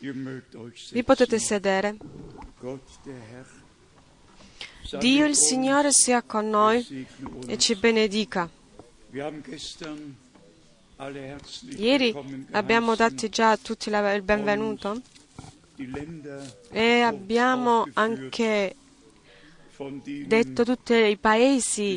Vi potete sedere. Dio il Signore sia con noi e ci benedica. Ieri abbiamo dato già a tutti il benvenuto e abbiamo anche detto tutti i paesi,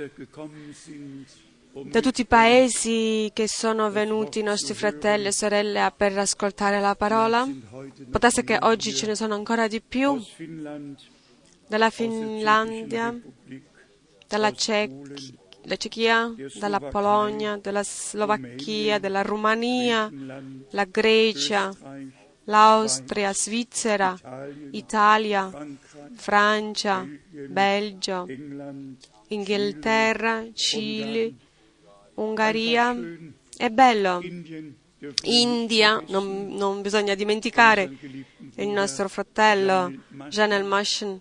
da tutti i paesi che sono venuti i nostri fratelli e sorelle per ascoltare la parola. Può darsi che oggi ce ne sono ancora di più, dalla Finlandia, dalla Cechia, dalla Polonia, dalla Slovacchia, della Romania, la Grecia, l'Austria, Svizzera, Italia, Francia, Belgio, Inghilterra, Cile, Ungheria. È bello. India, non bisogna dimenticare il nostro fratello Janel Maschen.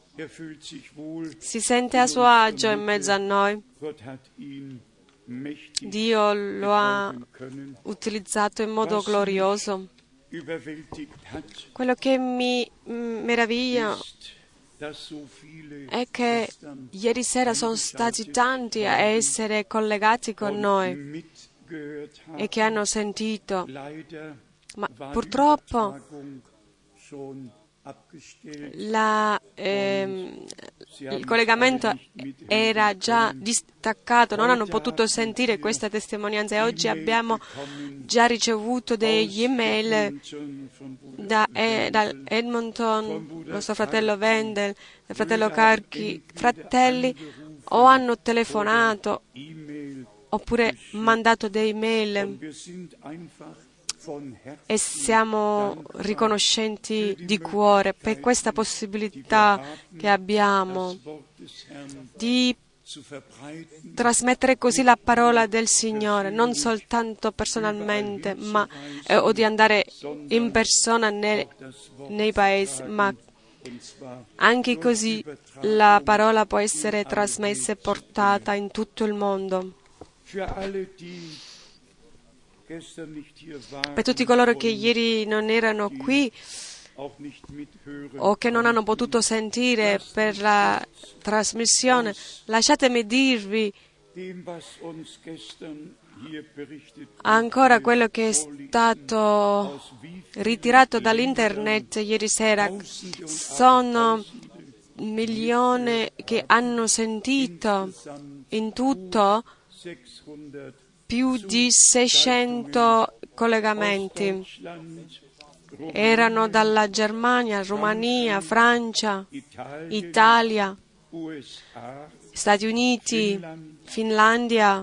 Si sente a suo agio in mezzo a noi. Dio lo ha utilizzato in modo glorioso. Quello che mi meraviglia è che ieri sera sono stati tanti a essere collegati con noi e che hanno sentito, ma purtroppo il collegamento era già distaccato, non hanno potuto sentire questa testimonianza e oggi abbiamo già ricevuto degli email da Edmonton, nostro fratello Wendel, il fratello Carchi, fratelli o hanno telefonato oppure mandato dei email e siamo riconoscenti di cuore per questa possibilità che abbiamo di trasmettere così la parola del Signore, non soltanto personalmente, ma o di andare in persona nei paesi, ma anche così la parola può essere trasmessa e portata in tutto il mondo. Per tutti coloro che ieri non erano qui o che non hanno potuto sentire per la trasmissione, lasciatemi dirvi ancora quello che è stato ritirato dall'internet ieri sera. Sono milioni che hanno sentito in tutto più di 600 collegamenti. Erano dalla Germania, Romania, Francia, Italia, Stati Uniti, Finlandia,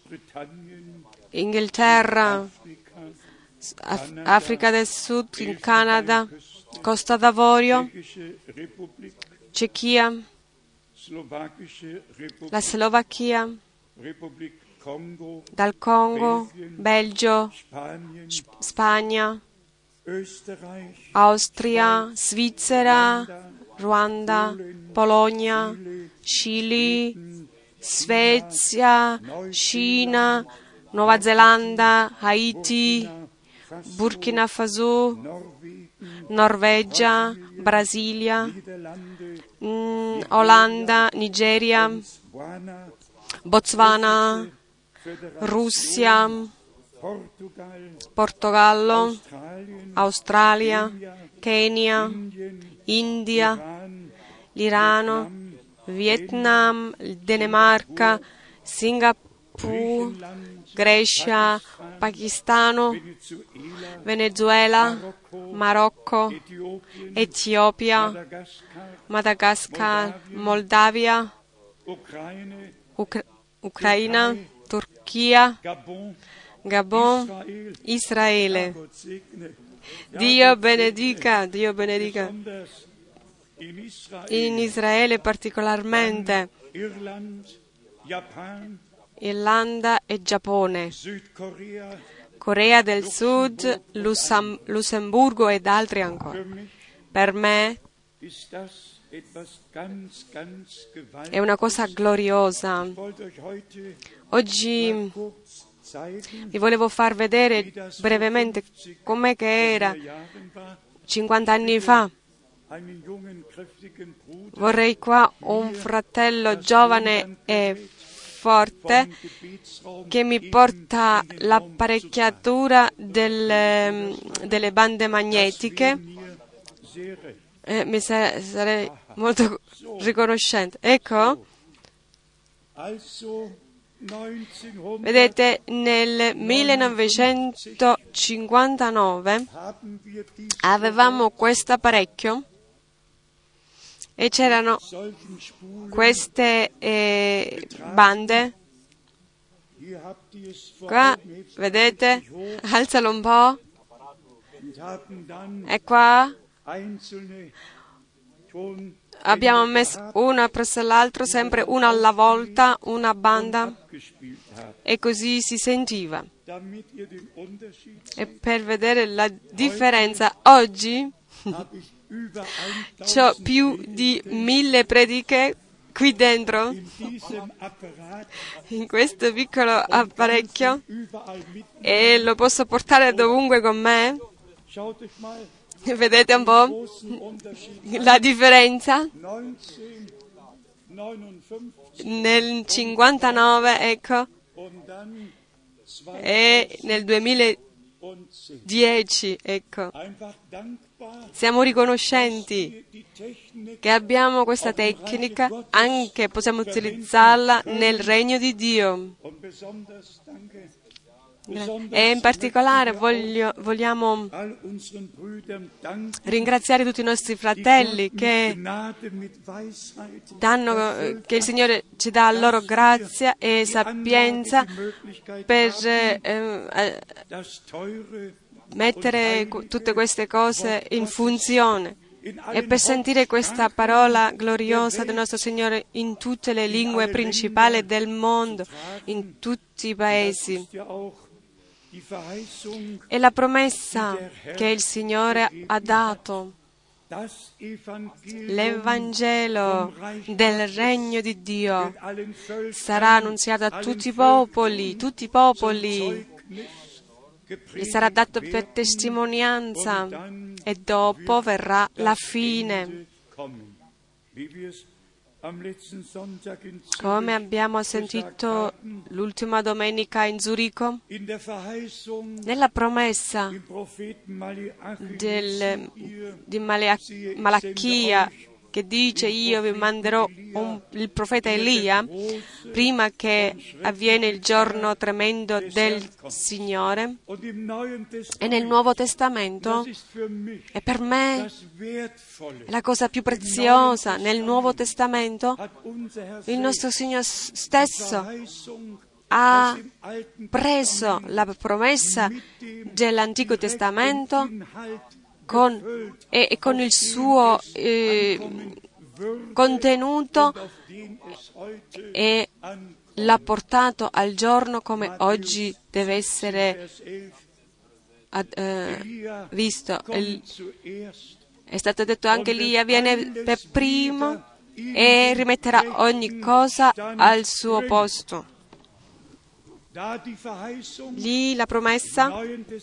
Inghilterra, Africa del Sud, in Canada, Costa d'Avorio, Cechia, la Slovacchia, dal Congo, Belgio, Spagna, Austria, Svizzera, Ruanda, Polonia, Cile, Svezia, Cina, Nuova Zelanda, Haiti, Burkina Faso, Norvegia, Brasilia, Olanda, Nigeria, Botswana, Russia, Portogallo, Australia, Kenya, India, l'Irano, Vietnam, Danimarca, Singapore, Grecia, Pakistano, Venezuela, Marocco, Etiopia, Madagascar, Moldavia, Ucraina, Turchia, Gabon, Israele. Dio benedica, Dio benedica. In Israele particolarmente, Irlanda e Giappone, Corea del Sud, Lussemburgo ed altri ancora. Per me è una cosa gloriosa. Oggi Vi volevo far vedere brevemente com'è che era 50 anni fa. Vorrei qua un fratello giovane e forte che mi porta l'apparecchiatura delle bande magnetiche. Sarei molto riconoscente. Ecco, vedete, nel 1959 avevamo questo apparecchio e c'erano queste bande. Qua, vedete, alzalo un po'. E qua abbiamo messo una presso l'altro, sempre una alla volta, una banda, e così si sentiva. E per vedere la differenza, oggi c'ho più di 1000 prediche qui dentro, in questo piccolo apparecchio, e lo posso portare dovunque con me. Vedete un po' la differenza? Nel 59, ecco, e nel 2010, ecco. Siamo riconoscenti che abbiamo questa tecnica, anche possiamo utilizzarla nel regno di Dio. E in particolare vogliamo ringraziare tutti i nostri fratelli che il Signore ci dà loro grazia e sapienza per mettere tutte queste cose in funzione e per sentire questa parola gloriosa del nostro Signore in tutte le lingue principali del mondo, in tutti i paesi. E la promessa che il Signore ha dato, l'Evangelo del Regno di Dio, sarà annunziato a tutti i popoli, gli sarà dato per testimonianza e dopo verrà la fine. Come abbiamo sentito l'ultima domenica in Zurigo, nella promessa di Malachia, che dice: io vi manderò il profeta Elia prima che avviene il giorno tremendo del Signore. E nel Nuovo Testamento, e per me la cosa più preziosa, nel Nuovo Testamento il nostro Signore stesso ha preso la promessa dell'Antico Testamento con il suo contenuto e l'ha portato al giorno come oggi deve essere visto. È stato detto anche Elia viene per primo e rimetterà ogni cosa al suo posto. Lì la promessa,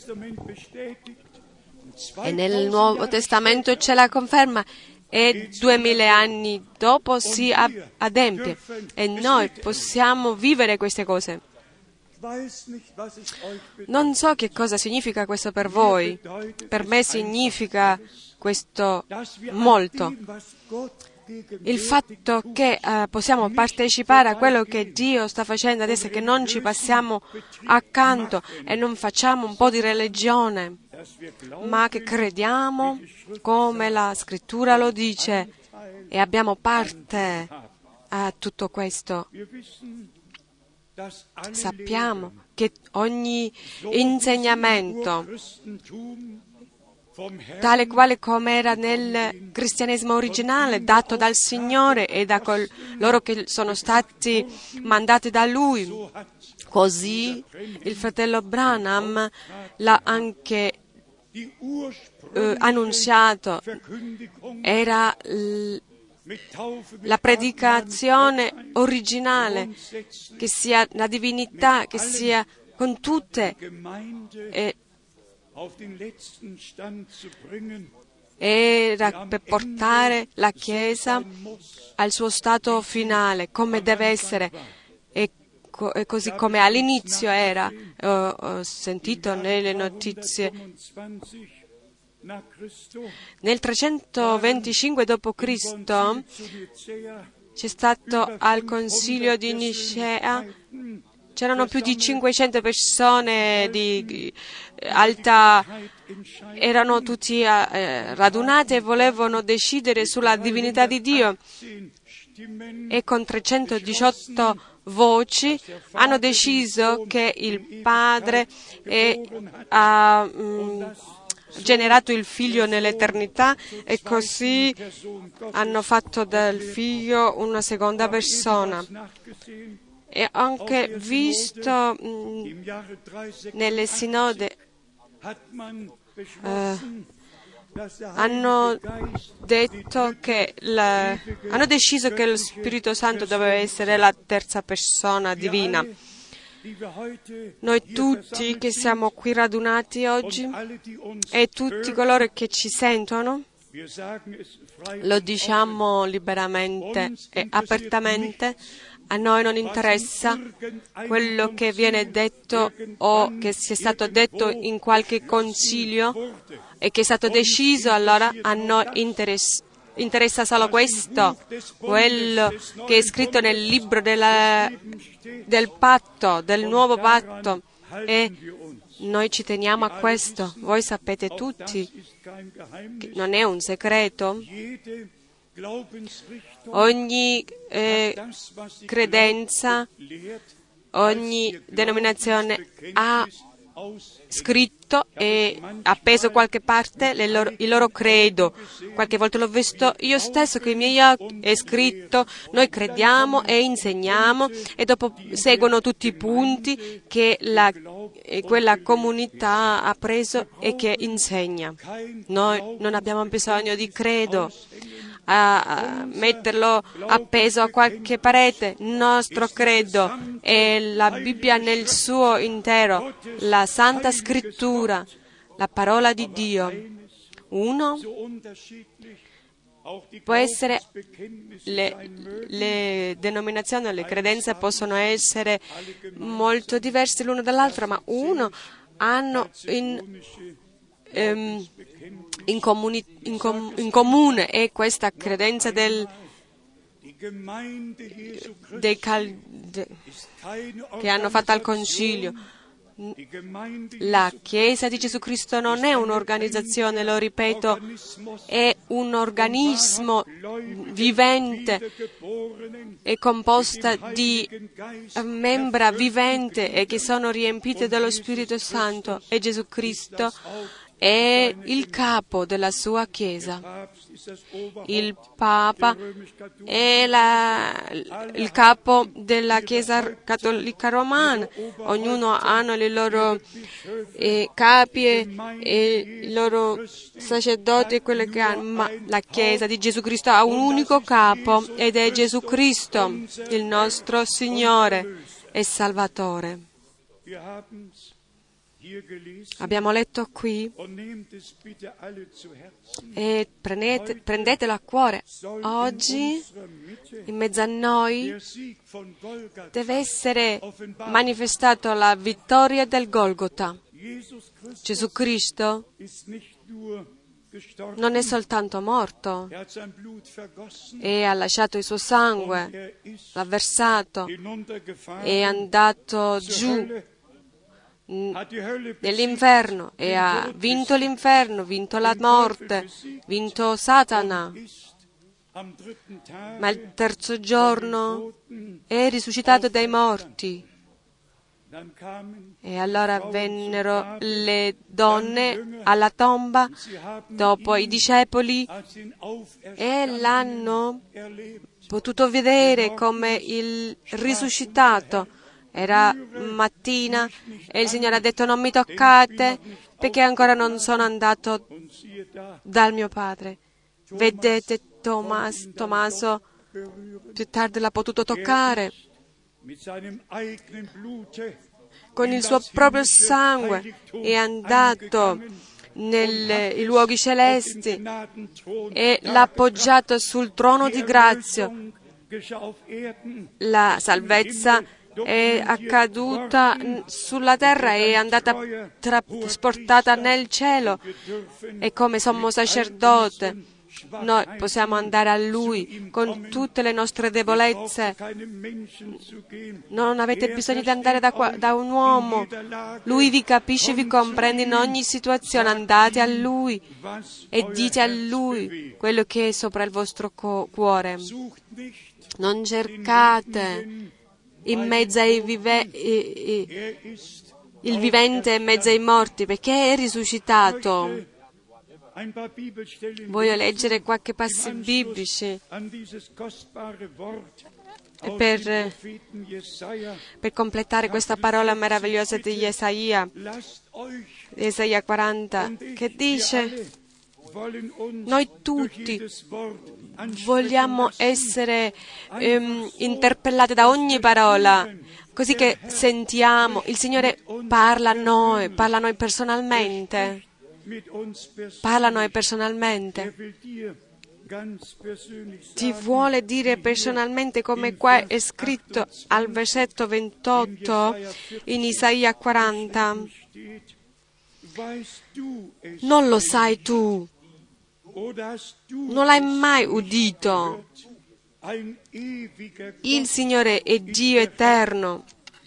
e nel Nuovo Testamento c'è la conferma, e 2000 anni dopo si adempie, e noi possiamo vivere queste cose. Non so che cosa significa questo per voi, per me significa questo molto. Il fatto che possiamo partecipare a quello che Dio sta facendo adesso, che non ci passiamo accanto e non facciamo un po' di religione, ma che crediamo come la Scrittura lo dice e abbiamo parte a tutto questo. Sappiamo che ogni insegnamento, tale quale come era nel cristianesimo originale, dato dal Signore e da coloro che sono stati mandati da Lui, così il fratello Branham l'ha anche annunziato. Era la predicazione originale, che sia la divinità, che sia con tutte era per portare la Chiesa al suo stato finale, come deve essere, e così come all'inizio era. Ho sentito nelle notizie, nel 325 d.C. c'è stato al Concilio di Nicea, c'erano più di 500 persone di alta, erano tutti radunate e volevano decidere sulla divinità di Dio, e con 318 voci hanno deciso che il Padre ha generato il Figlio nell'eternità, e così hanno fatto del Figlio una seconda persona. E ho anche visto nelle sinode hanno deciso che lo Spirito Santo doveva essere la terza persona divina. Noi tutti che siamo qui radunati oggi e tutti coloro che ci sentono, lo diciamo liberamente e apertamente. A noi non interessa quello che viene detto o che sia stato detto in qualche concilio e che è stato deciso. Allora a noi interessa solo questo, quello che è scritto nel libro del patto, del nuovo patto, e noi ci teniamo a questo. Voi sapete tutti che non è un segreto. Ogni credenza, ogni denominazione ha scritto e appeso qualche parte il loro credo. Qualche volta l'ho visto io stesso con i miei occhi, è scritto, noi crediamo e insegniamo, e dopo seguono tutti i punti che quella comunità ha preso e che insegna. Noi non abbiamo bisogno di credo, a metterlo appeso a qualche parete. Il nostro credo è la Bibbia nel suo intero, la Santa Scrittura, la parola di Dio. Uno può essere, le denominazioni, le credenze possono essere molto diverse l'una dall'altra, ma uno hanno in comune è questa credenza che hanno fatto al Concilio. La Chiesa di Gesù Cristo non è un'organizzazione, lo ripeto, è un organismo vivente, è composta di membra vivente e che sono riempite dallo Spirito Santo, e Gesù Cristo è il capo della sua Chiesa. Il Papa è il capo della Chiesa cattolica romana. Ognuno ha le loro capi e i loro sacerdoti e quello che hanno, ma la Chiesa di Gesù Cristo ha un unico capo, ed è Gesù Cristo, il nostro Signore e Salvatore. Abbiamo letto qui, e prendetelo a cuore. Oggi, in mezzo a noi, deve essere manifestata la vittoria del Golgota. Gesù Cristo non è soltanto morto, e ha lasciato il suo sangue, l'ha versato, è andato giù nell'inferno e ha vinto l'inferno, vinto la morte, vinto Satana. Ma il terzo giorno è risuscitato dai morti. E allora vennero le donne alla tomba, dopo i discepoli, e l'hanno potuto vedere come il risuscitato. Era mattina e il Signore ha detto: non mi toccate perché ancora non sono andato dal mio Padre. Vedete, Tommaso più tardi l'ha potuto toccare. con il suo proprio sangue è andato nei luoghi celesti e l'ha appoggiato sul trono di grazia. La salvezza è accaduta sulla terra e è andata trasportata nel cielo, e come sommo sacerdote noi possiamo andare a Lui con tutte le nostre debolezze. Non avete bisogno di andare da un uomo. Lui vi capisce, vi comprende in ogni situazione. Andate a Lui e dite a Lui quello che è sopra il vostro cuore. Non cercate in mezzo ai il vivente in mezzo ai morti, perché è risuscitato. Voglio leggere qualche passi biblici per completare questa parola meravigliosa di Jesaia 40, che dice: noi tutti vogliamo essere interpellati da ogni parola, così che sentiamo, il Signore parla a noi personalmente. Parla a noi personalmente. Ti vuole dire personalmente, come qua è scritto al versetto 28 in Isaia 40. Non lo sai tu? Non l'hai mai udito? Il Signore è Dio eterno,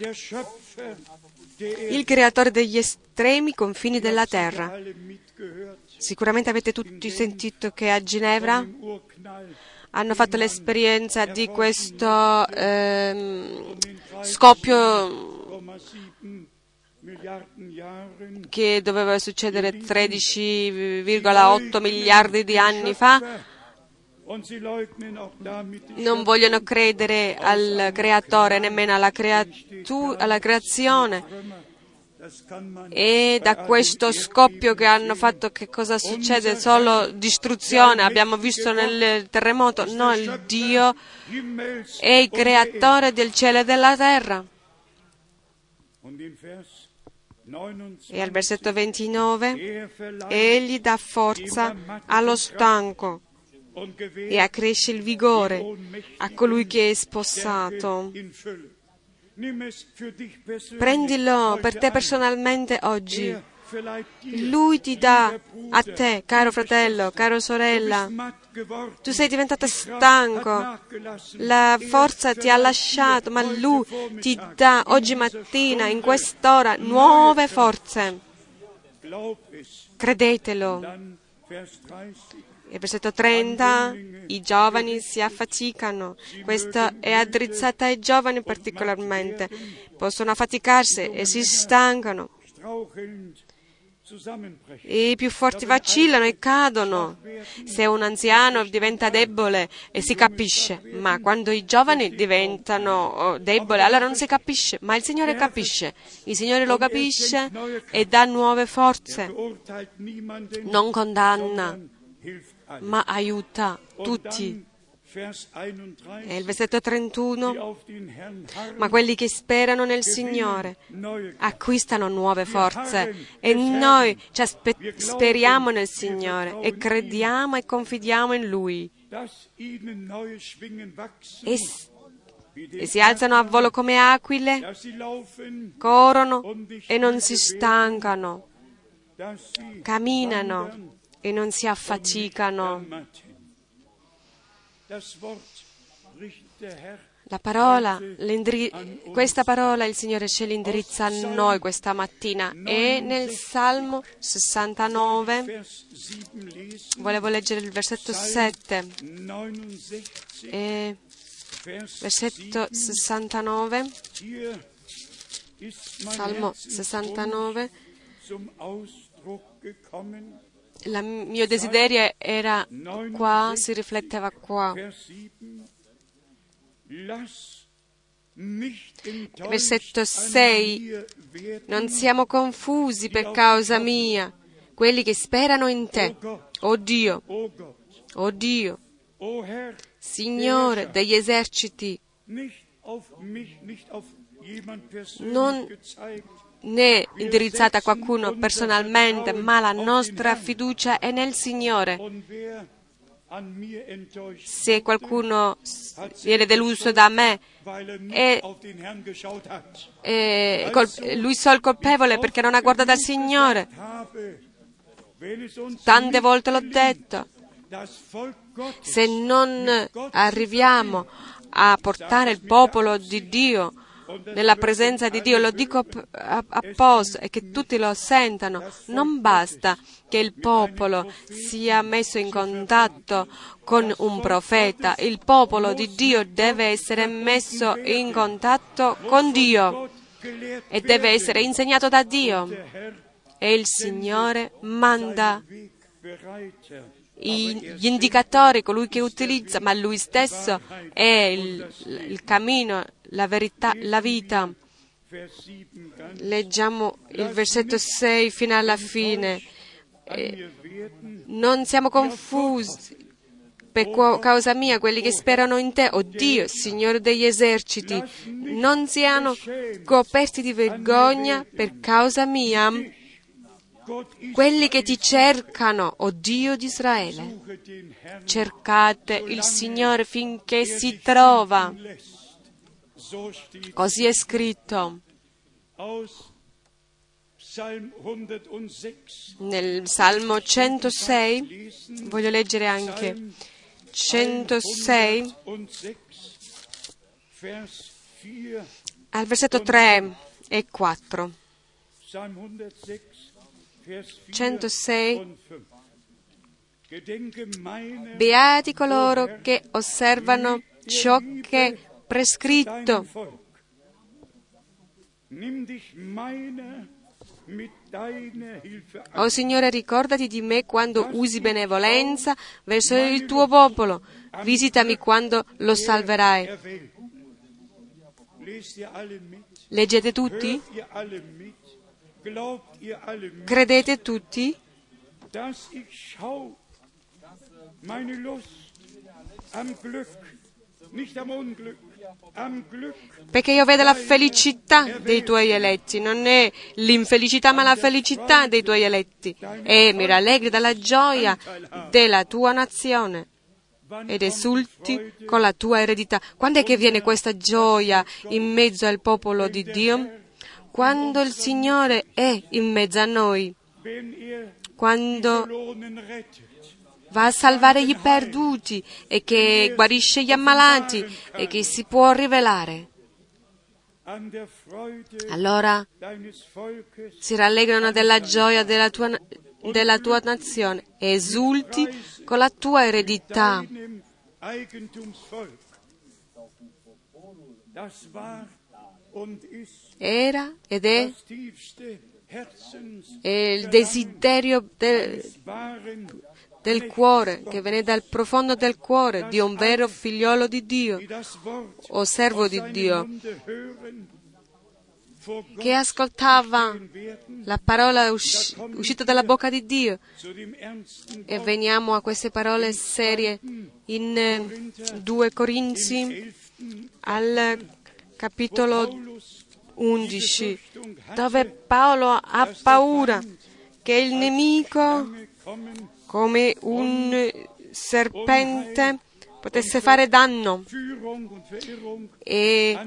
il creatore degli estremi confini della terra. Sicuramente avete tutti sentito che a Ginevra hanno fatto l'esperienza di questo scoppio che doveva succedere 13,8 miliardi di anni fa. Non vogliono credere al creatore, nemmeno alla creazione. E da questo scoppio che hanno fatto, che cosa succede? Solo distruzione. Abbiamo visto nel terremoto. No, il Dio è il creatore del cielo e della terra. E al versetto 29, egli dà forza allo stanco e accresce il vigore a colui che è spossato. Prendilo per te personalmente oggi. Lui ti dà a te, caro fratello, caro sorella. Tu sei diventato stanco, la forza ti ha lasciato, ma Lui ti dà oggi mattina, in quest'ora, nuove forze. Credetelo. E versetto 30, i giovani si affaticano. Questa è addrizzata ai giovani particolarmente. Possono affaticarsi e si stancano. I più forti vacillano e cadono. Se un anziano diventa debole e si capisce, ma quando i giovani diventano deboli, allora non si capisce, ma il Signore capisce. Il Signore lo capisce e dà nuove forze. Non condanna, ma aiuta tutti. E il versetto 31, ma quelli che sperano nel Signore acquistano nuove forze. E noi speriamo nel Signore e crediamo e confidiamo in Lui. E si alzano a volo come aquile, corrono e non si stancano, camminano e non si affaticano. La parola, questa parola il Signore ce l'indirizza a noi questa mattina. E nel Salmo 69, volevo leggere il versetto 7. Versetto 69, Salmo 69. Il mio desiderio era qua, si rifletteva qua. Versetto 6. Non siamo confusi per causa mia, quelli che sperano in te. Oh Dio, oh Dio, Signore degli eserciti, non è indirizzata a qualcuno personalmente, ma la nostra fiducia è nel Signore. Se qualcuno viene deluso da me, lui è il colpevole perché non ha guardato al Signore. Tante volte l'ho detto, se non arriviamo a portare il popolo di Dio nella presenza di Dio, lo dico apposta e che tutti lo sentano, non basta che il popolo sia messo in contatto con un profeta, il popolo di Dio deve essere messo in contatto con Dio e deve essere insegnato da Dio, e il Signore manda gli indicatori, colui che utilizza, ma Lui stesso è il cammino, la verità, la vita. Leggiamo il versetto 6 fino alla fine. Non siamo confusi per causa mia, quelli che sperano in te, o Dio, Signore degli eserciti, non siano coperti di vergogna per causa mia, quelli che ti cercano, o Dio di Israele. Cercate il Signore finché si trova. Così è scritto nel Salmo 106, voglio leggere anche 106, al versetto 3 e 4. 106. Beati coloro che osservano ciò che è prescritto. O Signore, ricordati di me quando usi benevolenza verso il tuo popolo. Visitami quando lo salverai. Leggete tutti? Credete tutti? Perché io vedo la felicità dei tuoi eletti, non è l'infelicità ma la felicità dei tuoi eletti, e mi rallegri dalla gioia della tua nazione ed esulti con la tua eredità. Quando è che viene questa gioia in mezzo al popolo di Dio? Quando il Signore è in mezzo a noi, quando va a salvare gli perduti e che guarisce gli ammalati e che si può rivelare. Allora si rallegrano della gioia della tua nazione e esulti con la tua eredità. Era ed è il desiderio del cuore, che viene dal profondo del cuore di un vero figliolo di Dio o servo di Dio, che ascoltava la parola uscita dalla bocca di Dio. E veniamo a queste parole serie in 2 Corinzi al capitolo 11, dove Paolo ha paura che il nemico, come un serpente, potesse fare danno e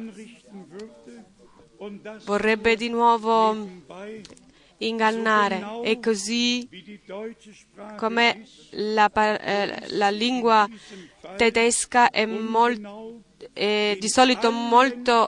vorrebbe di nuovo ingannare, e così come la lingua tedesca è di solito molto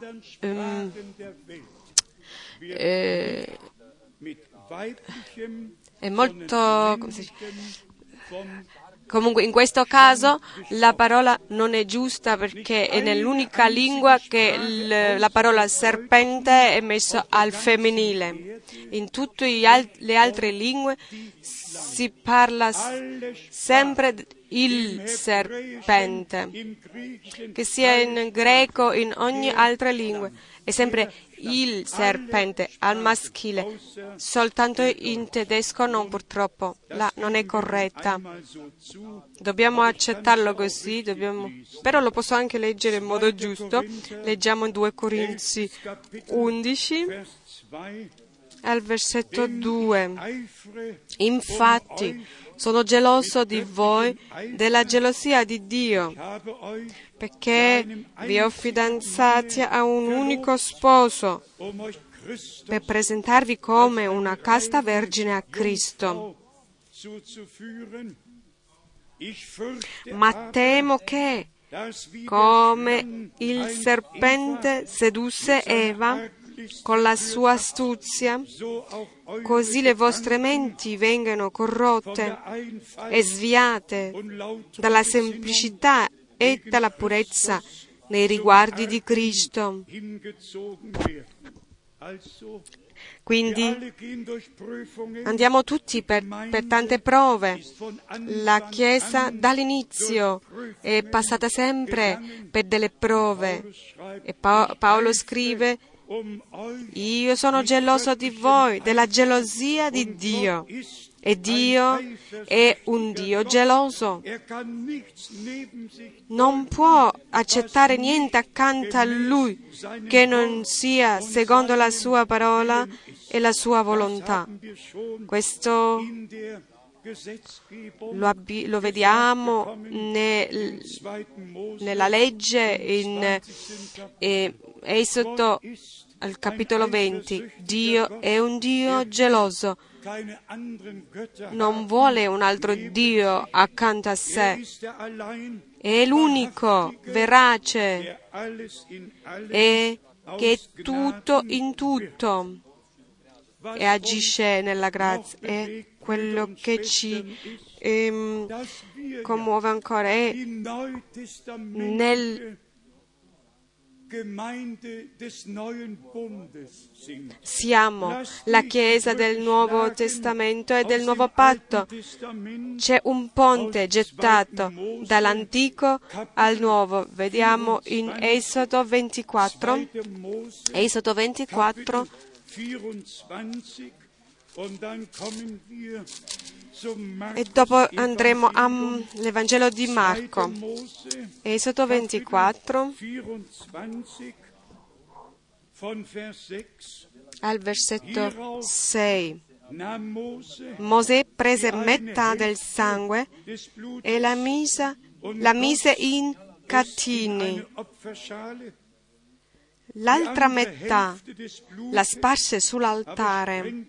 come si dice? Comunque in questo caso la parola non è giusta, perché è nell'unica lingua che la parola serpente è messa al femminile. In tutte le altre lingue si parla sempre il serpente, che sia in greco, in ogni altra lingua. è sempre il serpente al maschile, soltanto in tedesco no, purtroppo, non è corretta. Dobbiamo accettarlo così, però lo posso anche leggere in modo giusto. Leggiamo 2 Corinzi 11, al versetto 2. Infatti, sono geloso di voi della gelosia di Dio, perché vi ho fidanzati a un unico sposo, per presentarvi come una casta vergine a Cristo. Ma temo che, come il serpente sedusse Eva con la sua astuzia, così le vostre menti vengano corrotte e sviate dalla semplicità e dalla purezza nei riguardi di Cristo. Quindi andiamo tutti per tante prove. La Chiesa dall'inizio è passata sempre per delle prove. E Paolo scrive: io sono geloso di voi, della gelosia di Dio. E Dio è un Dio geloso. Non può accettare niente accanto a Lui che non sia secondo la Sua parola e la Sua volontà. Questo lo vediamo nella legge in Esodo al capitolo 20. Dio è un Dio geloso, non vuole un altro Dio accanto a sé, è l'unico verace e che è tutto in tutto e agisce nella grazia. E quello che ci commuove ancora è siamo la Chiesa del Nuovo Testamento e del Nuovo Patto. C'è un ponte gettato dall'Antico al Nuovo. Vediamo in Esodo 24. Esodo 24. E dopo andremo all'Evangelo di Marco. Esodo 24, al versetto 6. Mosè prese metà del sangue e la mise in catini. L'altra metà la sparse sull'altare.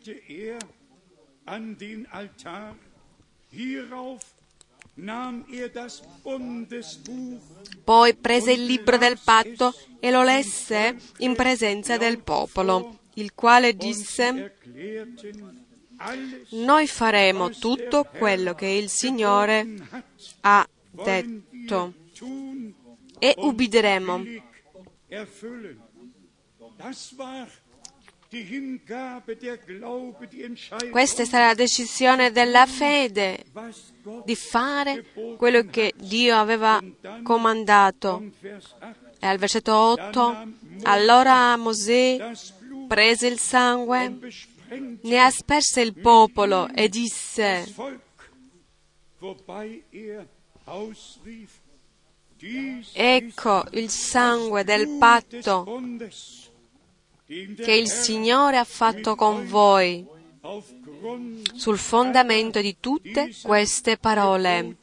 Poi prese il libro del patto e lo lesse in presenza del popolo, il quale disse: noi faremo tutto quello che il Signore ha detto e ubbidiremo. Questa è stata la decisione della fede, di fare quello che Dio aveva comandato. E al versetto 8, allora Mosè prese il sangue, ne asperse il popolo e disse: ecco il sangue del patto che il Signore ha fatto con voi, sul fondamento di tutte queste parole.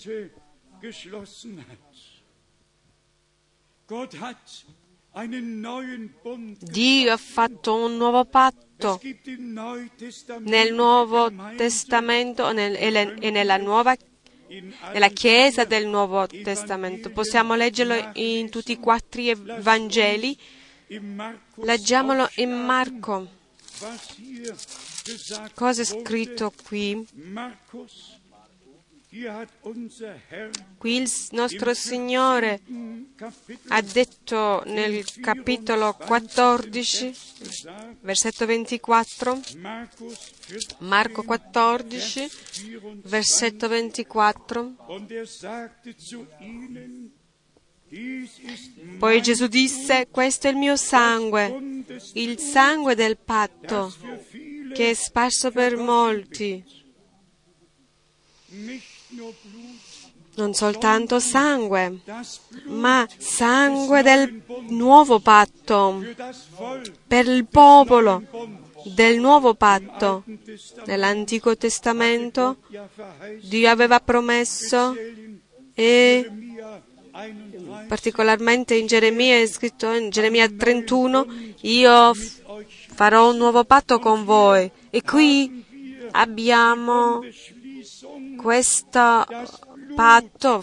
Dio ha fatto un nuovo patto nel Nuovo Testamento e nella Chiesa del Nuovo Testamento. Possiamo leggerlo in tutti i 4 Evangeli. Leggiamolo in Marco. Cosa è scritto qui? Qui il nostro Signore ha detto nel capitolo 14, versetto 24, Marco 14, versetto 24, Poi Gesù disse: questo è il mio sangue, il sangue del patto, che è sparso per molti. Non soltanto sangue, ma sangue del nuovo patto, per il popolo del nuovo patto. Nell'Antico Testamento Dio aveva promesso, e particolarmente in Geremia è scritto, in Geremia 31, io farò un nuovo patto con voi. E qui abbiamo questo patto,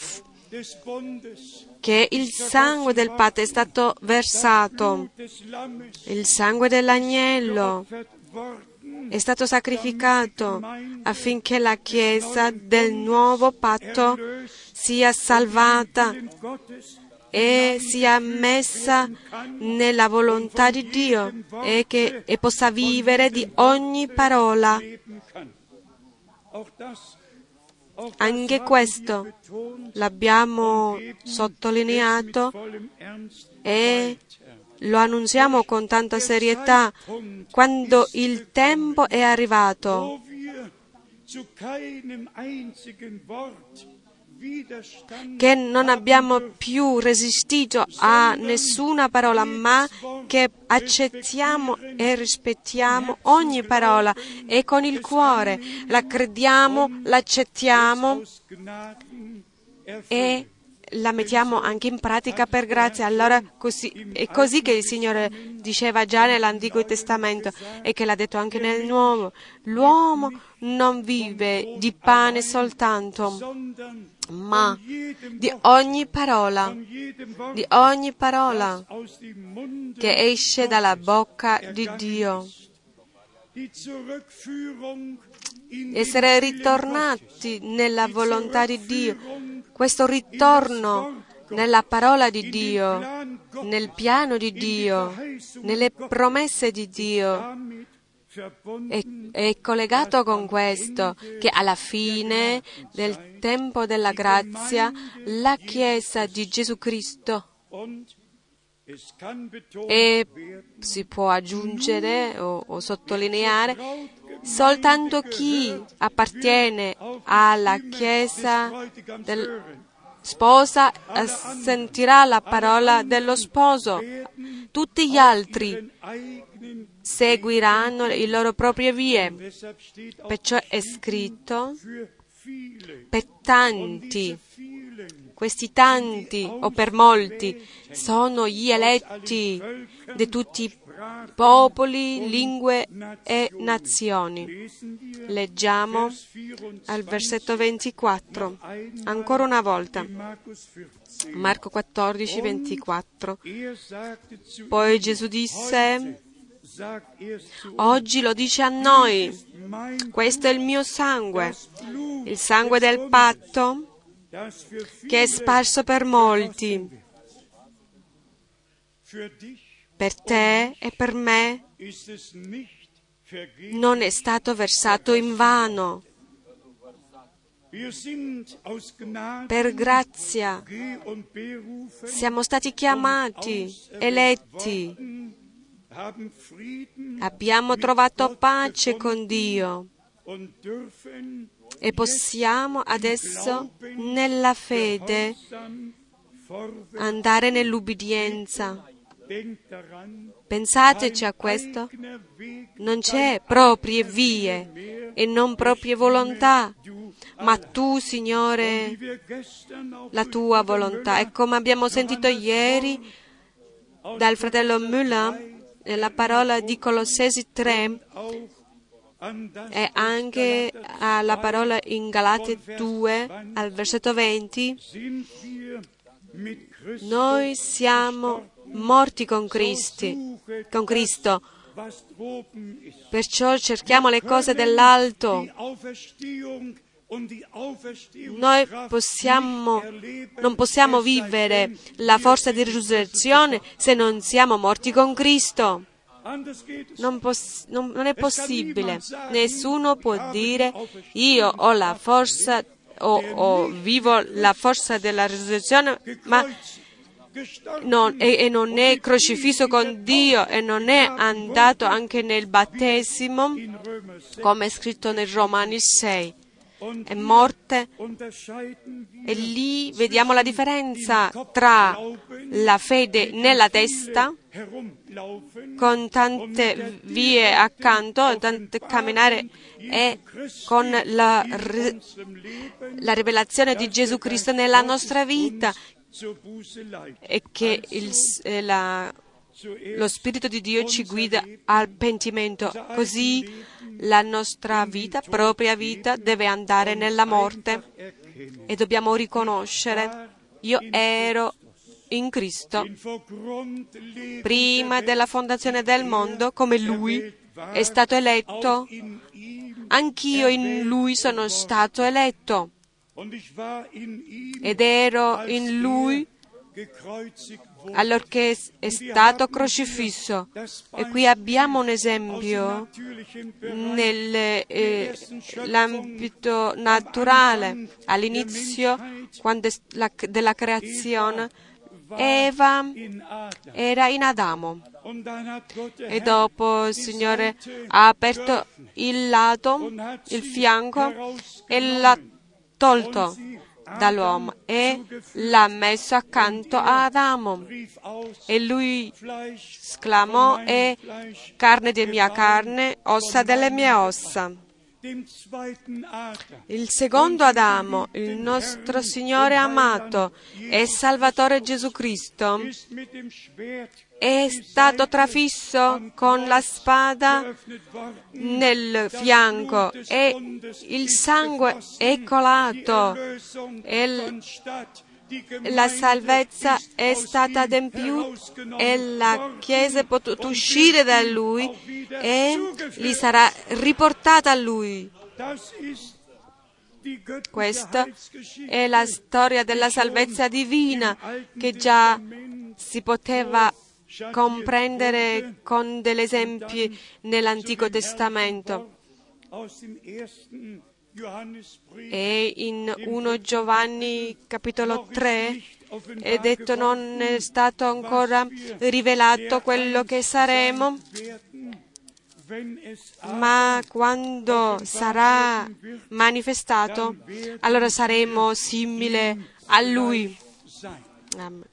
che il sangue del patto è stato versato, il sangue dell'agnello è stato sacrificato affinché la Chiesa del nuovo patto sia salvata e sia messa nella volontà di Dio e possa vivere di ogni parola. Anche questo l'abbiamo sottolineato e lo annunziamo con tanta serietà. Quando il tempo è arrivato, che non abbiamo più resistito a nessuna parola, ma che accettiamo e rispettiamo ogni parola e con il cuore la crediamo, l'accettiamo e la mettiamo anche in pratica per grazia. Allora è così che il Signore diceva già nell'Antico Testamento e che l'ha detto anche nel Nuovo. L'uomo non vive di pane soltanto, ma di ogni parola che esce dalla bocca di Dio. Essere ritornati nella volontà di Dio, questo ritorno nella parola di Dio, nel piano di Dio, nelle promesse di Dio, è collegato con questo, che alla fine del tempo della grazia la Chiesa di Gesù Cristo, e si può aggiungere o sottolineare, soltanto chi appartiene alla Chiesa sposa sentirà la parola dello sposo. Tutti gli altri seguiranno le loro proprie vie. Perciò è scritto per tanti. Questi tanti, o per molti, sono gli eletti di tutti i popoli, lingue e nazioni. Leggiamo al versetto 24, ancora una volta, Marco 14, 24. Poi Gesù disse: oggi lo dice a noi, questo è il mio sangue, il sangue del patto, che è sparso per molti. Per te e per me non è stato versato in vano. Per grazia siamo stati chiamati, eletti. Abbiamo trovato pace con Dio e possiamo adesso nella fede andare nell'ubbidienza. Pensateci a questo. Non c'è proprie vie e non proprie volontà, ma tu, Signore, la tua volontà. E come abbiamo sentito ieri dal fratello Müller, nella parola di Colossesi 3, e anche alla parola in Galati 2, al versetto 20, noi siamo morti con Cristo, perciò cerchiamo le cose dell'alto. Noi non possiamo vivere la forza di risurrezione se non siamo morti con Cristo. Non è possibile. Nessuno può dire: io ho la forza o vivo la forza della risurrezione, ma non è crocifisso con Dio e non è andato anche nel battesimo, come è scritto nel Romani 6. È morte, e lì vediamo la differenza tra la fede nella testa, con tante vie accanto, tante camminare, e con la rivelazione di Gesù Cristo nella nostra vita, e che lo Spirito di Dio ci guida al pentimento. Così la nostra vita, propria vita, deve andare nella morte, e dobbiamo riconoscere: io ero in Cristo prima della fondazione del mondo, come Lui è stato eletto, anch'io in Lui sono stato eletto, ed ero in Lui allorché è stato crocifisso. E qui abbiamo un esempio nell'ambito naturale. All'inizio, della creazione, Eva era in Adamo, e dopo il Signore ha aperto il lato, il fianco, e l'ha tolto dall'uomo e l'ha messo accanto a Adamo, e lui esclamò: è carne di mia carne, ossa delle mie ossa. Il secondo Adamo, il nostro Signore amato e Salvatore Gesù Cristo, è stato trafisso con la spada nel fianco, e il sangue è colato, e la salvezza è stata adempiuta, e la Chiesa è potuta uscire da Lui e gli sarà riportata a Lui. Questa è la storia della salvezza divina, che già si poteva comprendere con degli esempi nell'Antico Testamento. E in 1 Giovanni capitolo 3 è detto: non è stato ancora rivelato quello che saremo, ma quando sarà manifestato, allora saremo simili a Lui. Amen.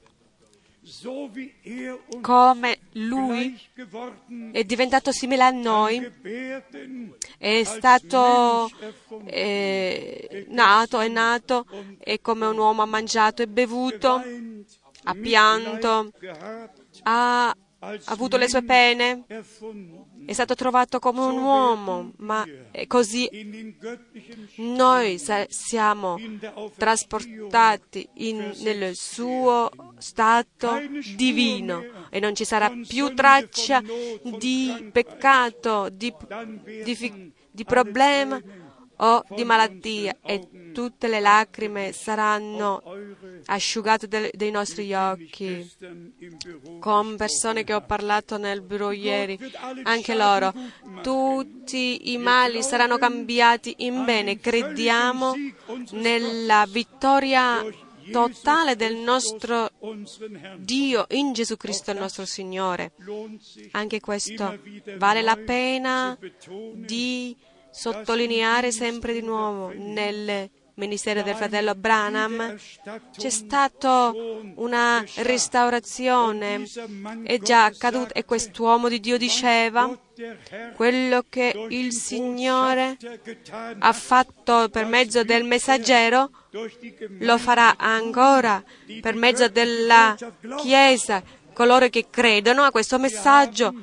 Come Lui è diventato simile a noi, è stato è nato, e come un uomo ha mangiato e bevuto, ha pianto, ha avuto le sue pene, è stato trovato come un uomo, ma così noi siamo trasportati nel suo stato divino, e non ci sarà più traccia di peccato, di problema o di malattia, e tutte le lacrime saranno asciugate dai nostri occhi. Con persone che ho parlato nel bureau ieri, anche loro, tutti i mali saranno cambiati in bene. Crediamo nella vittoria totale del nostro Dio in Gesù Cristo, il nostro Signore. Anche questo vale la pena di sottolineare sempre di nuovo. Nel ministero del fratello Branham c'è stata una restaurazione, è già accaduto, e quest'uomo di Dio diceva: quello che il Signore ha fatto per mezzo del messaggero lo farà ancora per mezzo della Chiesa, coloro che credono a questo messaggio.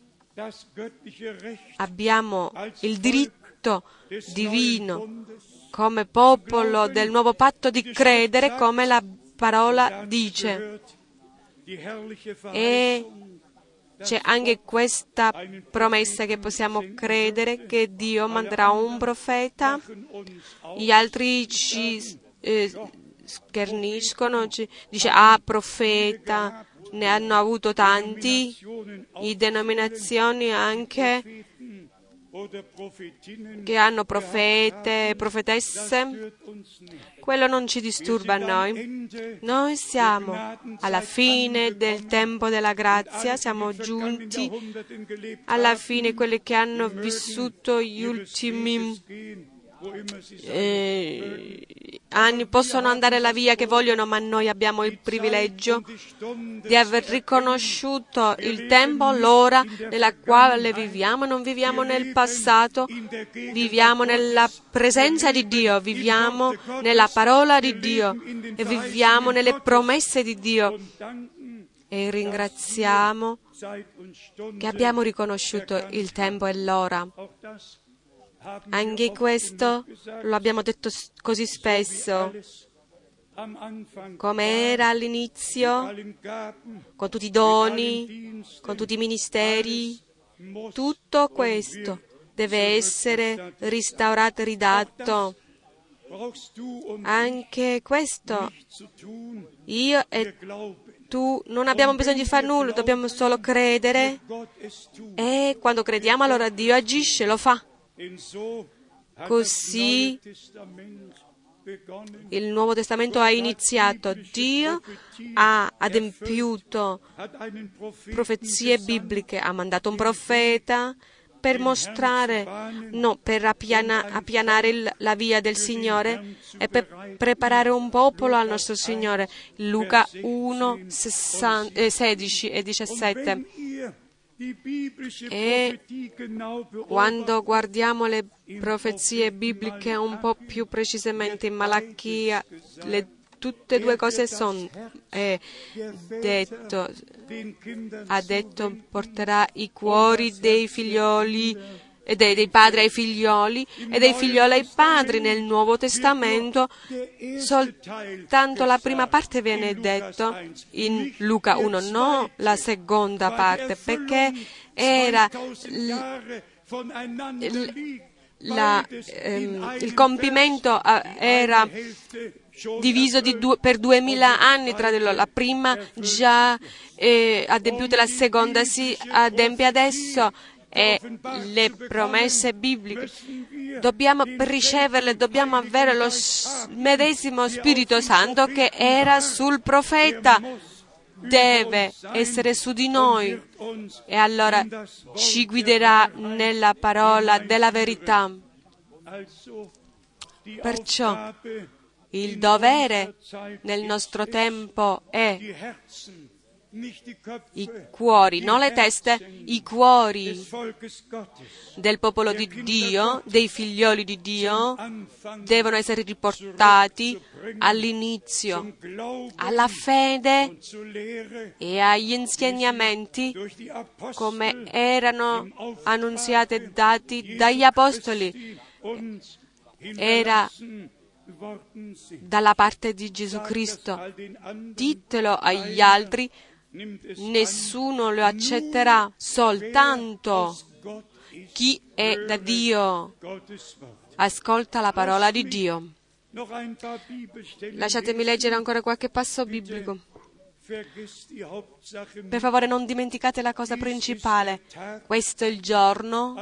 Abbiamo il diritto divino come popolo del nuovo patto di credere come la parola dice, e c'è anche questa promessa che possiamo credere, che Dio manderà un profeta. Gli altri ci scherniscono, dice: profeta, ne hanno avuto tanti, le denominazioni anche che hanno profete e profetesse, quello non ci disturba a noi. Noi siamo alla fine del tempo della grazia, siamo giunti alla fine, quelli che hanno vissuto gli ultimi anni possono andare la via che vogliono, ma noi abbiamo il privilegio di aver riconosciuto il tempo, l'ora nella quale viviamo. Non viviamo nel passato, viviamo nella presenza di Dio, viviamo nella parola di Dio e viviamo nelle promesse di Dio. E ringraziamo che abbiamo riconosciuto il tempo e l'ora. Anche questo lo abbiamo detto così spesso, come era all'inizio, con tutti i doni, con tutti i ministeri. Tutto questo deve essere restaurato e ridatto. Anche questo, io e tu non abbiamo bisogno di fare nulla, dobbiamo solo credere, e quando crediamo allora Dio agisce, lo fa. Così il Nuovo Testamento ha iniziato. Dio ha adempiuto profezie bibliche, ha mandato un profeta per mostrare, per appianare la via del Signore e per preparare un popolo al nostro Signore. Luca 1, 16 e 17. E quando guardiamo le profezie bibliche un po' più precisamente in Malachia, tutte e due cose sono detto. Ha detto: porterà i cuori dei figlioli e dei padri ai figlioli e dei figlioli ai padri. Nel Nuovo Testamento soltanto la prima parte viene detto in Luca 1, no la seconda parte, perché era il compimento era diviso per 2000 anni tra di loro. La prima già adempiuta, la seconda si adempie adesso. E le promesse bibliche dobbiamo riceverle, dobbiamo avere lo medesimo Spirito Santo che era sul profeta, deve essere su di noi, e allora ci guiderà nella parola della verità. Perciò il dovere nel nostro tempo è i cuori, non le teste, i cuori del popolo di Dio, dei figlioli di Dio, devono essere riportati all'inizio, alla fede e agli insegnamenti come erano annunziati e dati dagli apostoli. Era dalla parte di Gesù Cristo. Ditelo agli altri, nessuno lo accetterà, soltanto chi è da Dio ascolta la parola di Dio. Lasciatemi leggere ancora qualche passo biblico. Per favore, non dimenticate la cosa principale. Questo è il giorno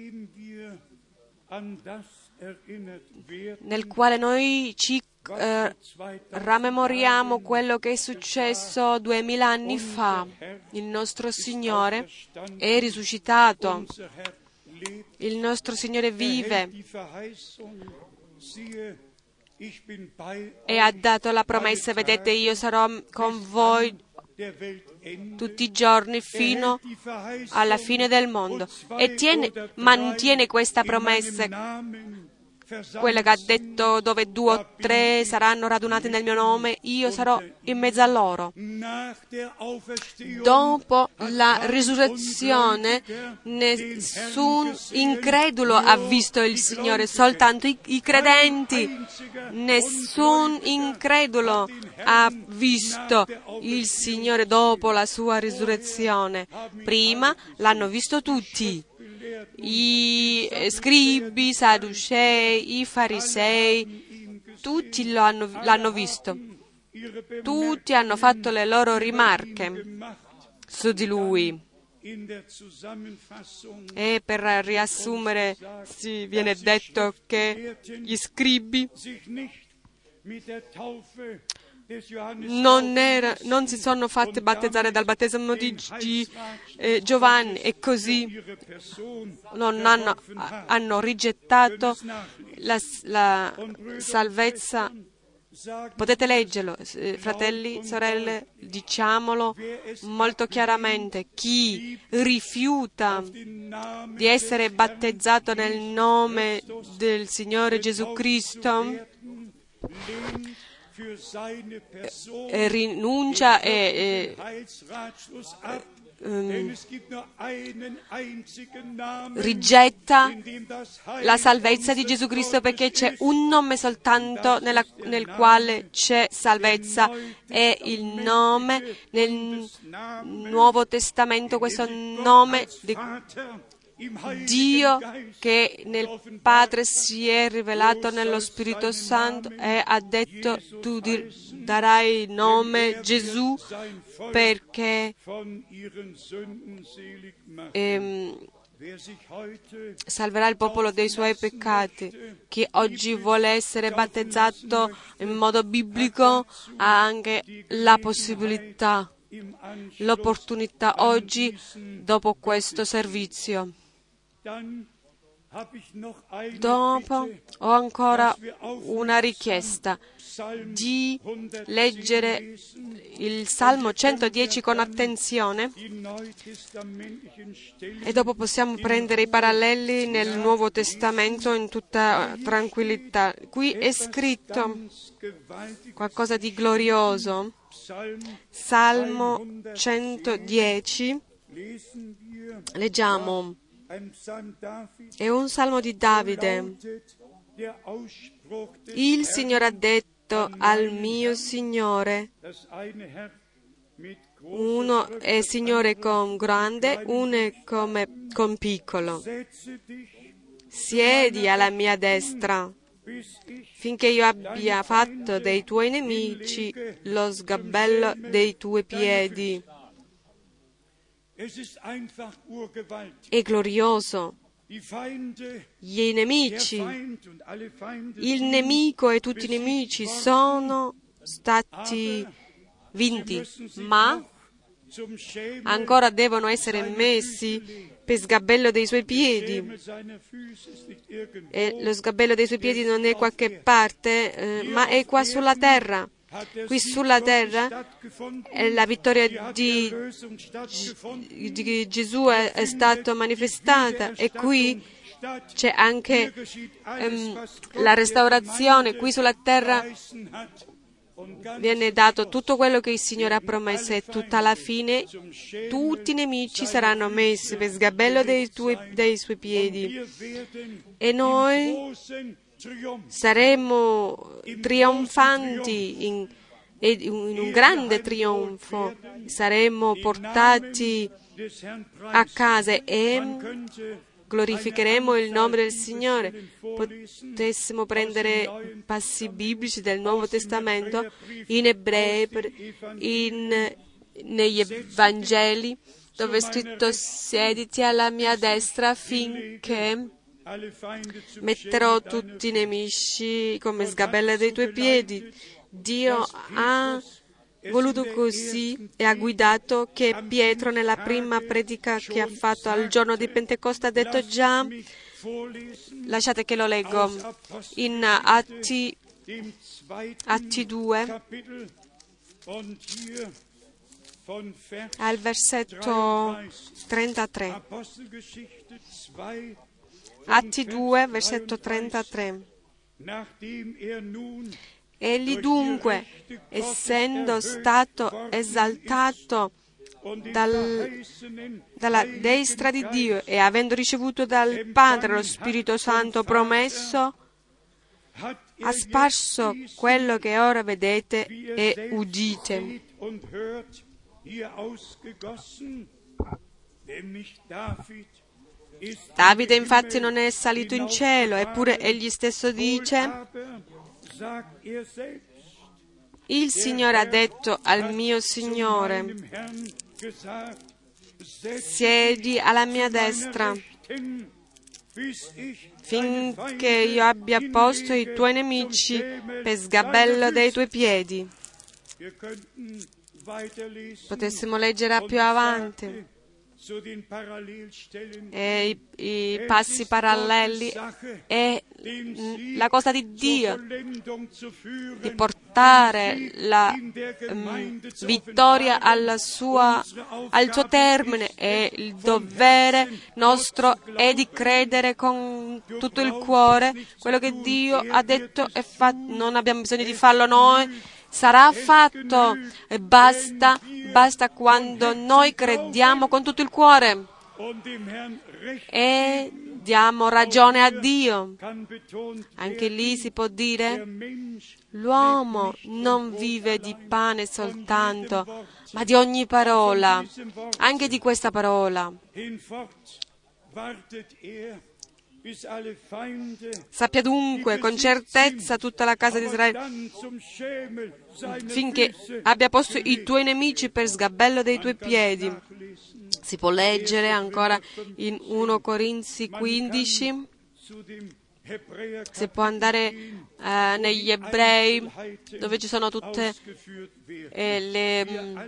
nel quale noi ci rammemoriamo quello che è successo 2000 anni fa. Il nostro Signore è risuscitato, il nostro Signore vive e ha dato la promessa: vedete, io sarò con voi tutti i giorni fino alla fine del mondo, e mantiene questa promessa, quella che ha detto: dove 2 o 3 saranno radunati nel mio nome, io sarò in mezzo a loro. Dopo la risurrezione nessun incredulo ha visto il Signore, soltanto i credenti. Nessun incredulo ha visto il Signore dopo la sua risurrezione. Prima l'hanno visto tutti: i scribi, i sadducei, i farisei, tutti l'hanno visto. Tutti hanno fatto le loro rimarche su di lui. E per riassumere viene detto che gli scribi non si sono fatti battezzare dal battesimo di Giovanni e così hanno rigettato la salvezza. Potete leggerlo, fratelli, sorelle, diciamolo molto chiaramente. Chi rifiuta di essere battezzato nel nome del Signore Gesù Cristo rinuncia e rigetta la salvezza di Gesù Cristo, perché c'è un nome soltanto nel quale c'è salvezza, è il nome nel Nuovo Testamento, questo nome di Dio che nel Padre si è rivelato nello Spirito Santo e ha detto: tu darai il nome Gesù perché salverà il popolo dei suoi peccati. Chi oggi vuole essere battezzato in modo biblico ha anche la possibilità, l'opportunità oggi dopo questo servizio. Dopo ho ancora una richiesta di leggere il Salmo 110 con attenzione e dopo possiamo prendere i paralleli nel Nuovo Testamento in tutta tranquillità. Qui è scritto qualcosa di glorioso. Salmo 110, leggiamo. È un salmo di Davide. Il Signore ha detto al mio Signore, uno è Signore con grande, uno è come con piccolo. Siedi alla mia destra, finché io abbia fatto dei tuoi nemici lo sgabello dei tuoi piedi. È glorioso. Gli nemici, il nemico e tutti i nemici sono stati vinti, ma ancora devono essere messi per sgabello dei suoi piedi. E lo sgabello dei suoi piedi non è qualche parte, ma è qua sulla terra. Qui sulla terra la vittoria di Gesù è stata manifestata e qui c'è anche la restaurazione. Qui sulla terra viene dato tutto quello che il Signore ha promesso e tutta la fine tutti i nemici saranno messi per sgabello dei suoi piedi e noi saremo trionfanti in un grande trionfo, saremo portati a casa e glorificheremo il nome del Signore. Potessimo prendere passi biblici del Nuovo Testamento in Ebrei, negli Evangeli, dove è scritto: siediti alla mia destra finché metterò tutti i nemici come sgabella dei tuoi piedi. Dio ha voluto così e ha guidato che Pietro nella prima predica che ha fatto al giorno di Pentecoste ha detto già, lasciate che lo leggo, in Atti 2, al versetto 33. Atti 2, versetto 33. Egli dunque, essendo stato esaltato dalla destra di Dio e avendo ricevuto dal Padre lo Spirito Santo promesso, ha sparso quello che ora vedete e udite. Davide infatti non è salito in cielo, eppure egli stesso dice: il Signore ha detto al mio Signore: siedi alla mia destra, finché io abbia posto i tuoi nemici per sgabello dei tuoi piedi. Potessimo leggere più avanti e i passi paralleli e la cosa di Dio di portare la vittoria al suo termine, e il dovere nostro è di credere con tutto il cuore quello che Dio ha detto e fatto. Non abbiamo bisogno di farlo noi, sarà fatto, e basta quando noi crediamo con tutto il cuore e diamo ragione a Dio. Anche lì si può dire: l'uomo non vive di pane soltanto, ma di ogni parola, anche di questa parola. Sappia dunque con certezza tutta la casa di Israele, finché abbia posto i tuoi nemici per sgabello dei tuoi piedi. Si può leggere ancora in 1 Corinzi 15, si può andare negli Ebrei, dove ci sono tutte le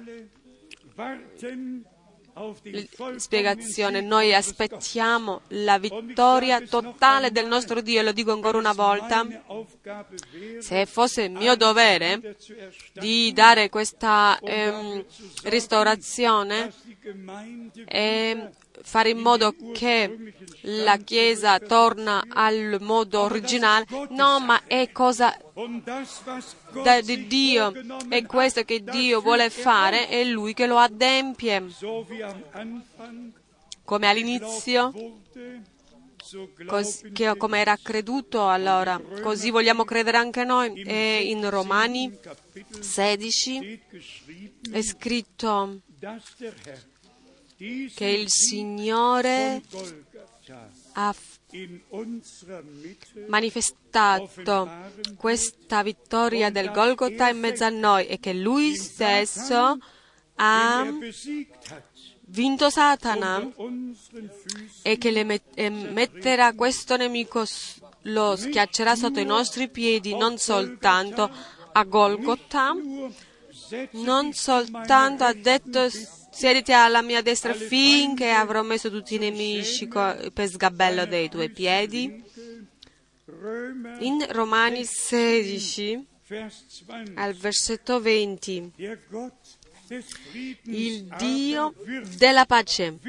spiegazioni. Noi aspettiamo la vittoria totale del nostro Dio, e lo dico ancora una volta: se fosse mio dovere di dare questa restaurazione e fare in modo che la Chiesa torna al modo originale, no, ma è cosa di Dio, è questo che Dio vuole fare, è Lui che lo adempie. Come all'inizio, come era creduto allora, così vogliamo credere anche noi. E in Romani 16 è scritto che il Signore ha manifestato questa vittoria del Golgota in mezzo a noi, e che Lui stesso ha vinto Satana, e che metterà questo nemico, lo schiaccerà sotto i nostri piedi, non soltanto a Golgota, non soltanto ha detto: siediti alla mia destra finché avrò messo tutti i nemici per sgabello dei tuoi piedi. In Romani 16, al versetto 20, il Dio della pace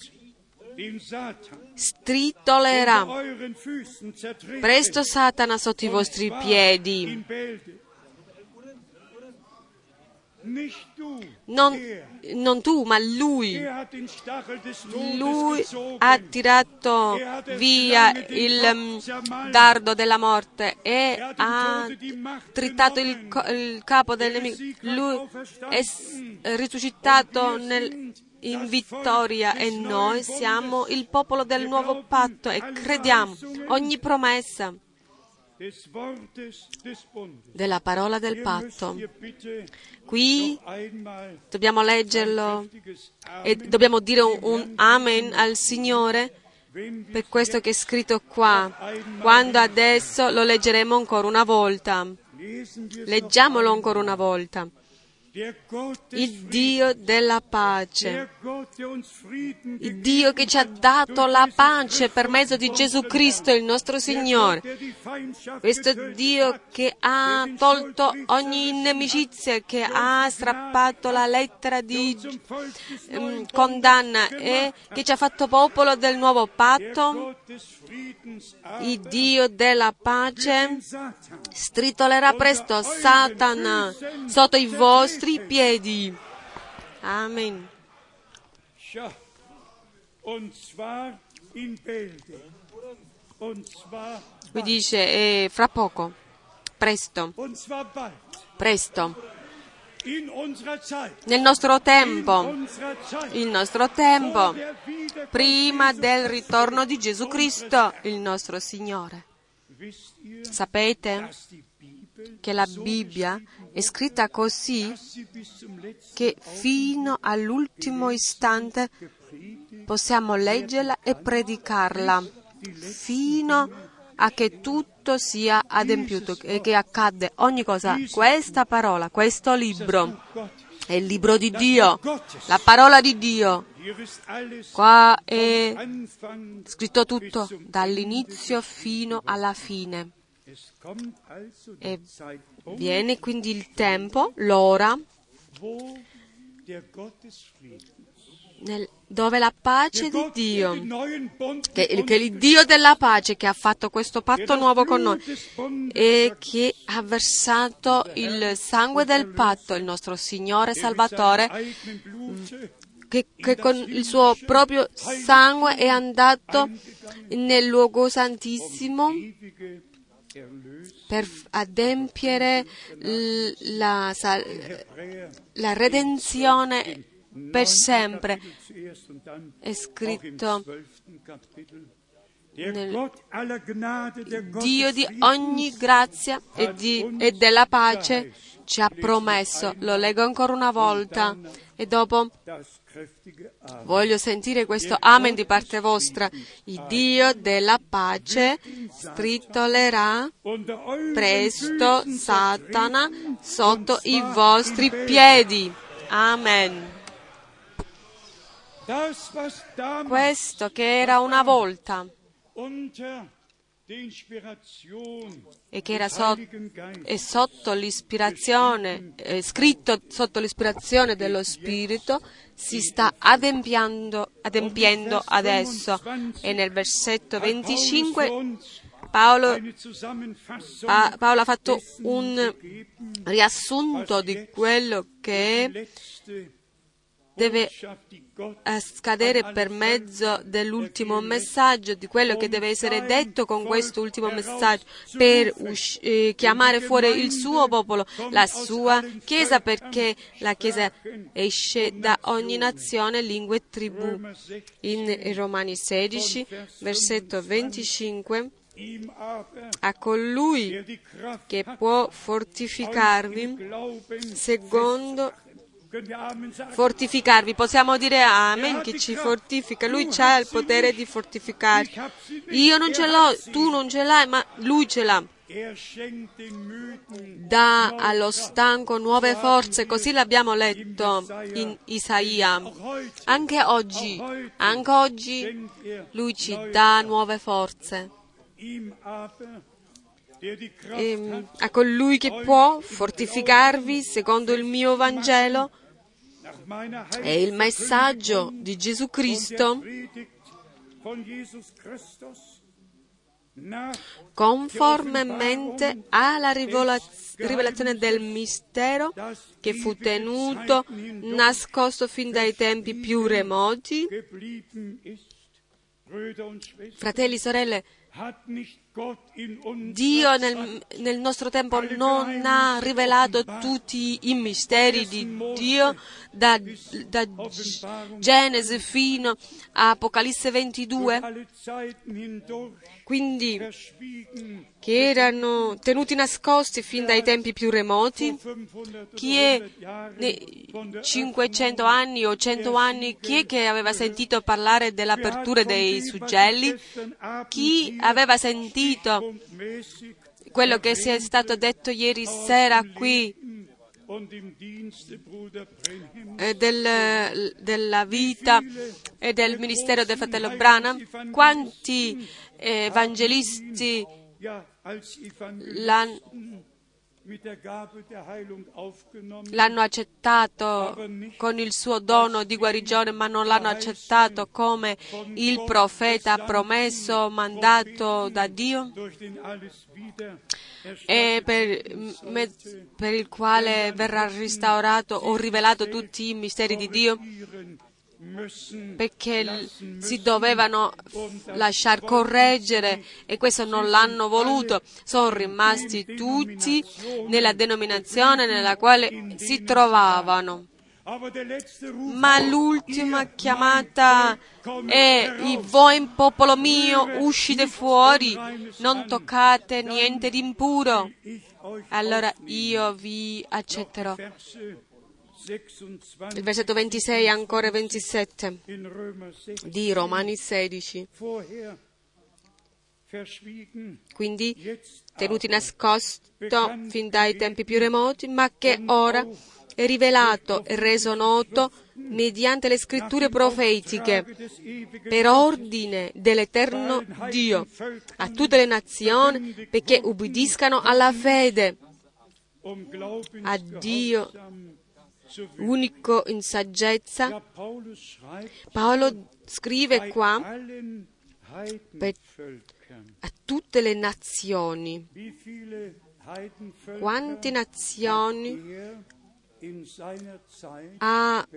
stritolerà presto Satana sotto i vostri piedi. Non tu, ma Lui. Lui ha tirato via il dardo della morte e ha trittato il capo del nemico. Lui è risuscitato in vittoria, e noi siamo il popolo del nuovo patto e crediamo ogni promessa della parola del patto. Qui dobbiamo leggerlo e dobbiamo dire un amen al Signore per questo che è scritto qua. Quando adesso lo leggeremo ancora una volta. Leggiamolo ancora una volta. Il Dio della pace, il Dio che ci ha dato la pace per mezzo di Gesù Cristo, il nostro Signore, questo Dio che ha tolto ogni inimicizia, che ha strappato la lettera di condanna e che ci ha fatto popolo del nuovo patto, il Dio della pace stritolerà presto Satana sotto i vostri piedi. Amen. Qui dice fra poco, presto, nel nostro tempo, il nostro tempo, prima del ritorno di Gesù Cristo, il nostro Signore. Sapete che la Bibbia è scritta così che fino all'ultimo istante possiamo leggerla e predicarla fino a che tutto sia adempiuto e che accadde ogni cosa. Questa parola, questo libro è il libro di Dio, la parola di Dio. Qua è scritto tutto dall'inizio fino alla fine. E viene quindi il tempo, l'ora, dove la pace di Dio, che è il Dio della pace che ha fatto questo patto nuovo con noi e che ha versato il sangue del patto, il nostro Signore Salvatore, che con il suo proprio sangue è andato nel luogo santissimo per adempiere la redenzione per sempre. È scritto Dio di ogni grazia e della pace ci ha promesso. Lo leggo ancora una volta e dopo voglio sentire questo amen di parte vostra. Il Dio della pace strittolerà presto Satana sotto i vostri piedi. Amen. Questo che era una volta e che era sotto l'ispirazione, scritto sotto l'ispirazione dello Spirito, si sta adempiendo adesso. E nel versetto 25 Paolo ha fatto un riassunto di quello che deve scadere per mezzo dell'ultimo messaggio, di quello che deve essere detto con questo ultimo messaggio, per chiamare fuori il suo popolo, la sua Chiesa, perché la Chiesa esce da ogni nazione, lingua e tribù. In Romani 16, versetto 25, a colui che può fortificarvi possiamo dire amen, che ci fortifica. Lui ha il potere di fortificare. Io non ce l'ho, tu non ce l'hai, ma lui ce l'ha. Dà allo stanco nuove forze, così l'abbiamo letto in Isaia. Anche oggi lui ci dà nuove forze. A colui che può fortificarvi secondo il mio Vangelo è il messaggio di Gesù Cristo, conformemente alla rivelazione del mistero che fu tenuto nascosto fin dai tempi più remoti. Fratelli e sorelle, Dio nel nostro tempo non ha rivelato tutti i misteri di Dio da Genesi fino a Apocalisse 22, quindi che erano tenuti nascosti fin dai tempi più remoti. Chi è 500 anni o 100 anni, chi è che aveva sentito parlare dell'apertura dei suggelli? Chi aveva sentito quello che si è stato detto ieri sera qui della vita e del ministero del fratello Branham? Quanti evangelisti l'hanno accettato con il suo dono di guarigione, ma non l'hanno accettato come il profeta promesso, mandato da Dio, e per il quale verrà restaurato o rivelato tutti i misteri di Dio, perché si dovevano lasciar correggere e questo non l'hanno voluto. Sono rimasti tutti nella denominazione nella quale si trovavano. Ma l'ultima chiamata è: voi popolo mio, uscite fuori, non toccate niente di impuro, allora io vi accetterò. il versetto 26 e ancora 27 di Romani 16. Quindi tenuti nascosto fin dai tempi più remoti, ma che ora è rivelato e reso noto mediante le scritture profetiche, per ordine dell'eterno Dio, a tutte le nazioni, perché ubbidiscano alla fede, a Dio unico in saggezza. Paolo scrive qua a tutte le nazioni. Quante nazioni ha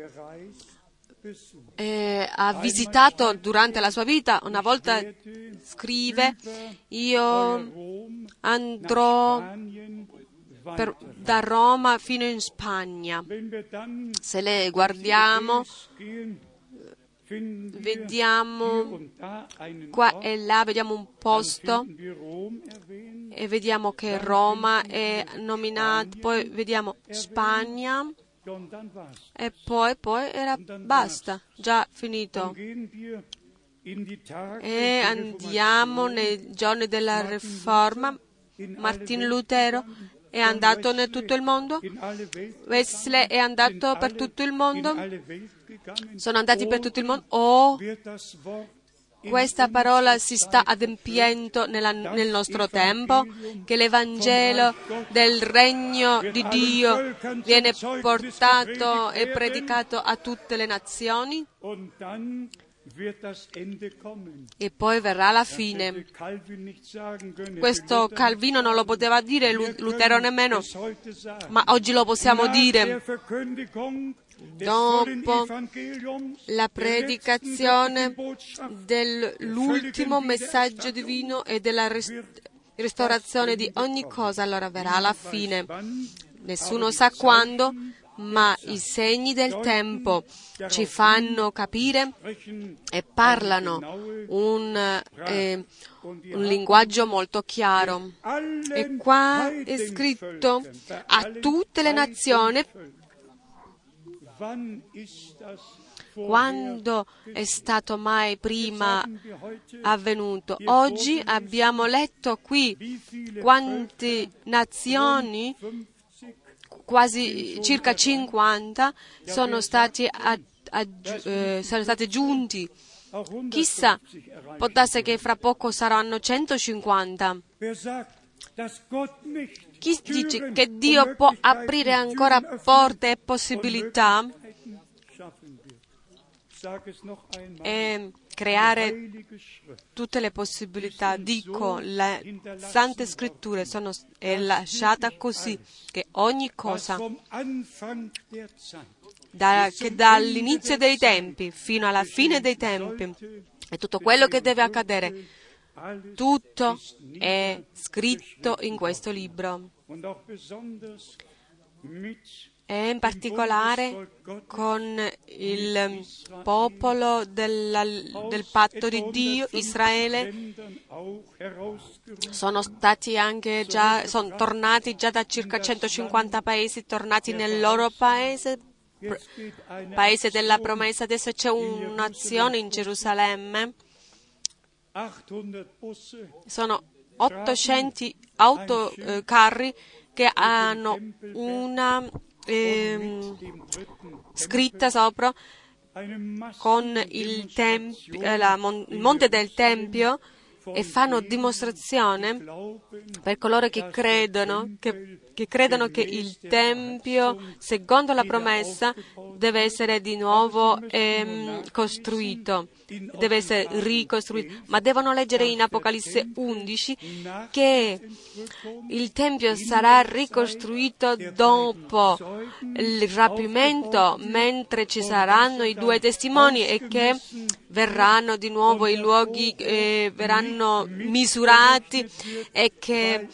visitato durante la sua vita? Una volta scrive: io andrò da Roma fino in Spagna. Se le guardiamo, vediamo qua e là, vediamo un posto e vediamo che Roma è nominata, poi vediamo Spagna e poi era basta, già finito. E andiamo nei giorni della Riforma. Martin Lutero è andato in tutto il mondo, Wesley è andato per tutto il mondo, sono andati per tutto il mondo. Questa parola si sta adempiendo nel nostro tempo, che l'Evangelo del Regno di Dio viene portato e predicato a tutte le nazioni. E poi verrà la fine. Questo Calvino non lo poteva dire, Lutero nemmeno, ma oggi lo possiamo dire. Dopo la predicazione dell'ultimo messaggio divino e della restaurazione di ogni cosa, allora verrà la fine. Nessuno sa quando, ma i segni del tempo ci fanno capire e parlano un linguaggio molto chiaro. E qua è scritto a tutte le nazioni. Quando è stato mai prima avvenuto? Oggi abbiamo letto qui quante nazioni, quasi circa 50, sono stati giunti. Chissà, può darsi che fra poco saranno 150. Chi dice che Dio può aprire ancora porte e possibilità e creare tutte le possibilità? Dico, le Sante Scritture è lasciata così che ogni cosa, che dall'inizio dei tempi fino alla fine dei tempi, e tutto quello che deve accadere, tutto è scritto in questo libro. E in particolare con il popolo del patto di Dio, Israele, sono tornati già da circa 150 paesi, tornati nel loro paese della promessa. Adesso c'è un'azione in Gerusalemme. Sono 800 autocarri che hanno una scritta sopra con il monte del Tempio, e fanno dimostrazione per coloro che credono che il Tempio, secondo la promessa, deve essere di nuovo costruito, deve essere ricostruito. Ma devono leggere in Apocalisse 11 che il Tempio sarà ricostruito dopo il rapimento, mentre ci saranno i due testimoni, e che verranno di nuovo i luoghi, verranno misurati, e che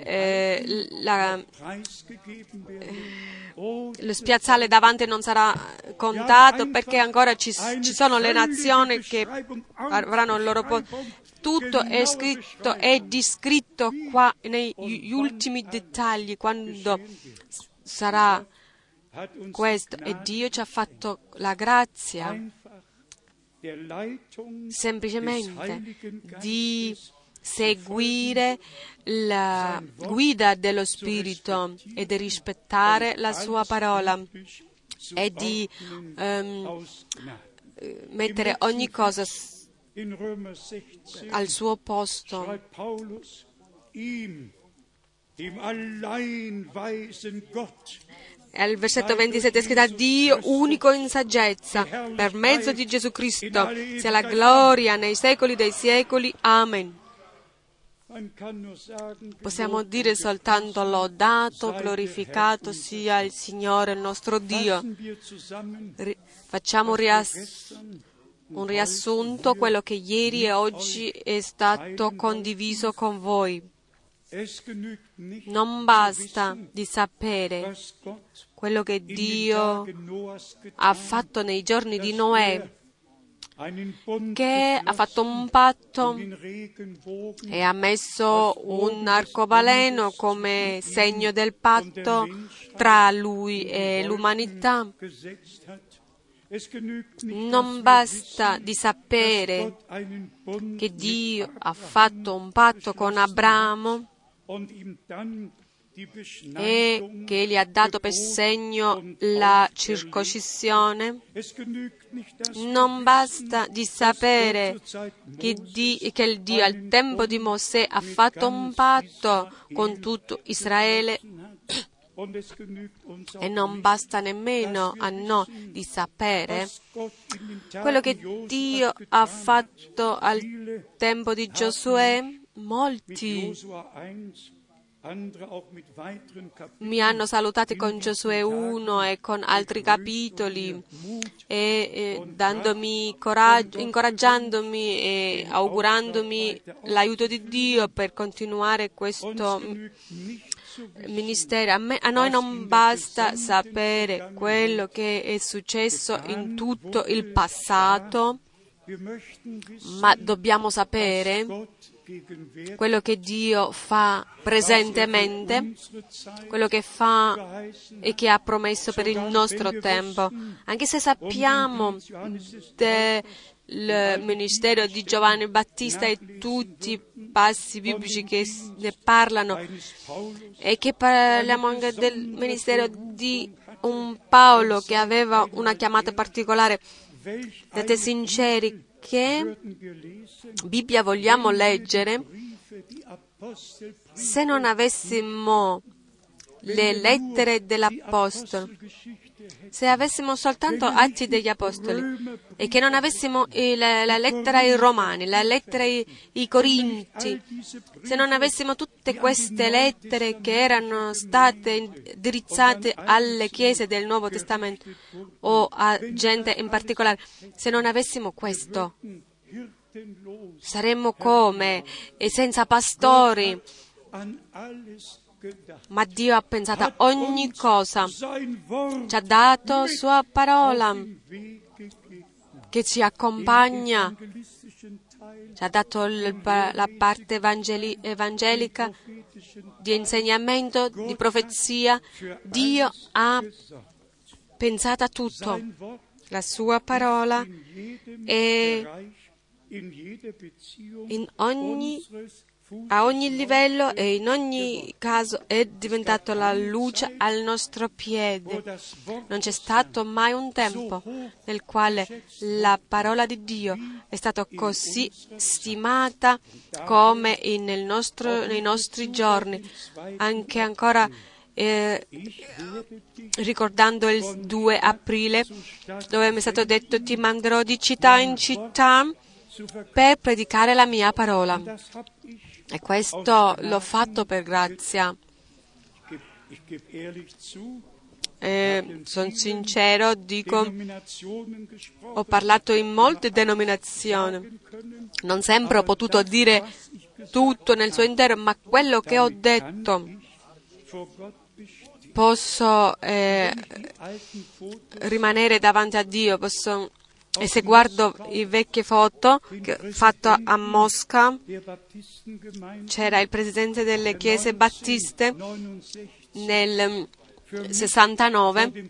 lo spiazzale davanti non sarà contato, perché ancora ci sono le nazioni che avranno il loro posto. Tutto è scritto e descritto qua negli ultimi dettagli, quando sarà questo e Dio ci ha fatto la grazia semplicemente di seguire la guida dello Spirito e di rispettare la sua parola e di mettere ogni cosa al suo posto. E al versetto 27 è scritto: Dio unico in saggezza, per mezzo di Gesù Cristo, sia la gloria nei secoli dei secoli. Amen. Possiamo dire soltanto lodato, glorificato sia il Signore, il nostro Dio. Facciamo un riassunto, quello che ieri e oggi è stato condiviso con voi. Non basta di sapere quello che Dio ha fatto nei giorni di Noè, che ha fatto un patto e ha messo un arcobaleno come segno del patto tra lui e l'umanità. Non basta di sapere che Dio ha fatto un patto con Abramo e che gli ha dato per segno la circoncisione. Non basta di sapere che il Dio al tempo di Mosè ha fatto un patto con tutto Israele. E non basta nemmeno a noi di sapere quello che Dio ha fatto al tempo di Giosuè. Molti mi hanno salutato con Giosuè 1 e con altri capitoli e dandomi coraggio, incoraggiandomi e augurandomi l'aiuto di Dio per continuare questo ministero. A noi non basta sapere quello che è successo in tutto il passato, ma dobbiamo sapere quello che Dio fa presentemente, quello che fa e che ha promesso per il nostro tempo. Anche se sappiamo del ministero di Giovanni Battista e tutti i passi biblici che ne parlano, e che parliamo anche del ministero di un Paolo che aveva una chiamata particolare. Siete sinceri che Bibbia vogliamo leggere se non avessimo le lettere dell'Apostolo, se avessimo soltanto Atti degli Apostoli e che non avessimo la lettera ai Romani, la lettera ai Corinti, se non avessimo tutte queste lettere che erano state indirizzate alle chiese del Nuovo Testamento o a gente in particolare, se non avessimo questo, saremmo come senza pastori. Ma Dio ha pensato a ogni cosa, ci ha dato Sua parola che ci accompagna, ci ha dato la parte evangelica di insegnamento, di profezia. Dio ha pensato a tutto, la Sua parola è a ogni livello e in ogni caso è diventato la luce al nostro piede. Non c'è stato mai un tempo nel quale la parola di Dio è stata così stimata come nei nostri giorni. Anche ancora ricordando il 2 aprile, dove mi è stato detto: ti manderò di città in città per predicare la mia parola. E questo l'ho fatto per grazia. Sono sincero, dico, ho parlato in molte denominazioni. Non sempre ho potuto dire tutto nel suo intero, ma quello che ho detto posso rimanere davanti a Dio. E se guardo le vecchie foto che ho fatto a Mosca, c'era il presidente delle chiese battiste nel 69,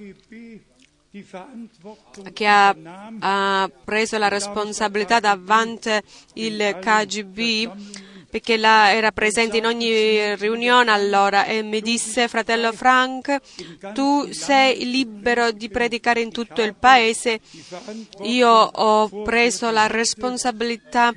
che ha preso la responsabilità davanti il KGB, perché era presente in ogni riunione allora, e mi disse: fratello Frank, tu sei libero di predicare in tutto il paese. Io ho preso la responsabilità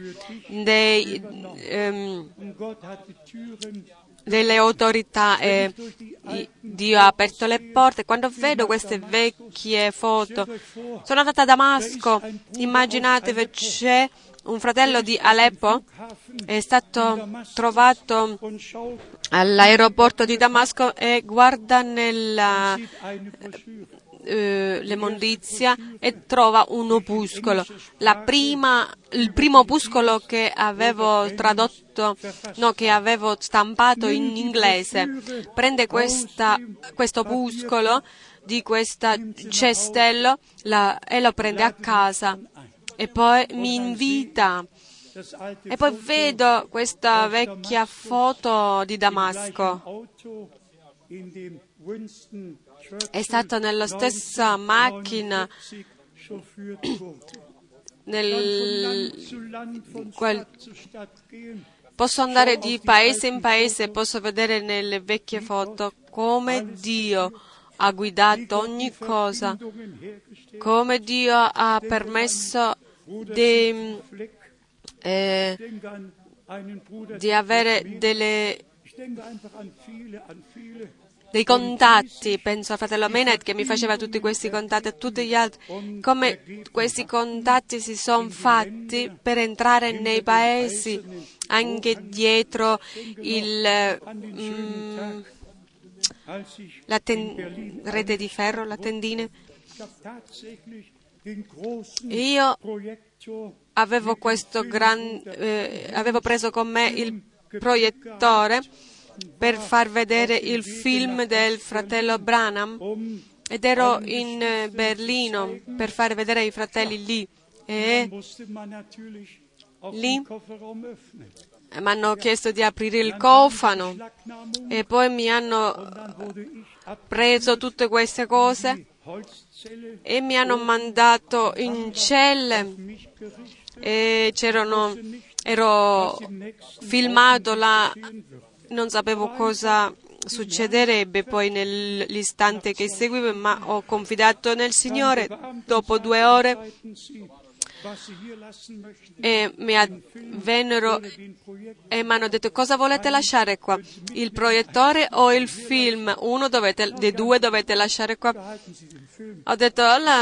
delle autorità e Dio ha aperto le porte. Quando vedo queste vecchie foto, sono andata a Damasco, immaginatevi, c'è un fratello di Aleppo, è stato trovato all'aeroporto di Damasco e guarda l'immondizia e trova un opuscolo. Il primo opuscolo che avevo tradotto, che avevo stampato in inglese. Prende questo opuscolo di questa cestello e lo prende a casa e poi mi invita. E poi vedo questa vecchia foto di Damasco. È stato nella stessa macchina, posso andare di paese in paese, posso vedere nelle vecchie foto come Dio ha guidato ogni cosa, come Dio ha permesso di avere dei contatti. Penso al fratello Menet che mi faceva tutti questi contatti e tutti gli altri, come questi contatti si sono fatti per entrare nei paesi, anche dietro la rete di ferro, la tendina. Io avevo avevo preso con me il proiettore per far vedere il film del fratello Branham ed ero in Berlino per far vedere ai fratelli lì. E lì mi hanno chiesto di aprire il cofano e poi mi hanno preso tutte queste cose e mi hanno mandato in celle e ero filmato là, non sapevo cosa succederebbe poi nell'istante che seguiva, ma ho confidato nel Signore. Dopo 2 ore e vennero e mi hanno detto: cosa volete lasciare qua? Il proiettore o il film? Dei due dovete lasciare qua. Ho detto: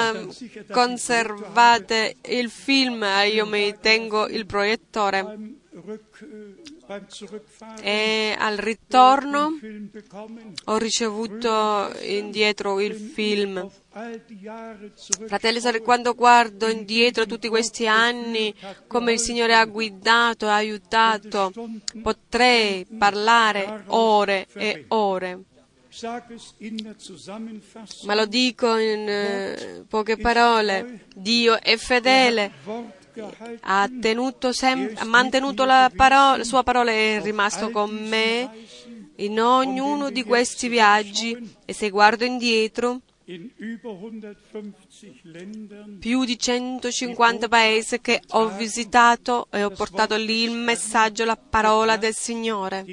conservate il film, io mi tengo il proiettore. E al ritorno ho ricevuto indietro il film. Fratelli, quando guardo indietro tutti questi anni, come il Signore ha guidato, ha aiutato, potrei parlare ore e ore. Ma lo dico in poche parole: Dio è fedele. Ha mantenuto la sua parola e è rimasto con me in ognuno di questi viaggi. E se guardo indietro, più di 150 paesi che ho visitato e ho portato lì il messaggio, la parola del Signore.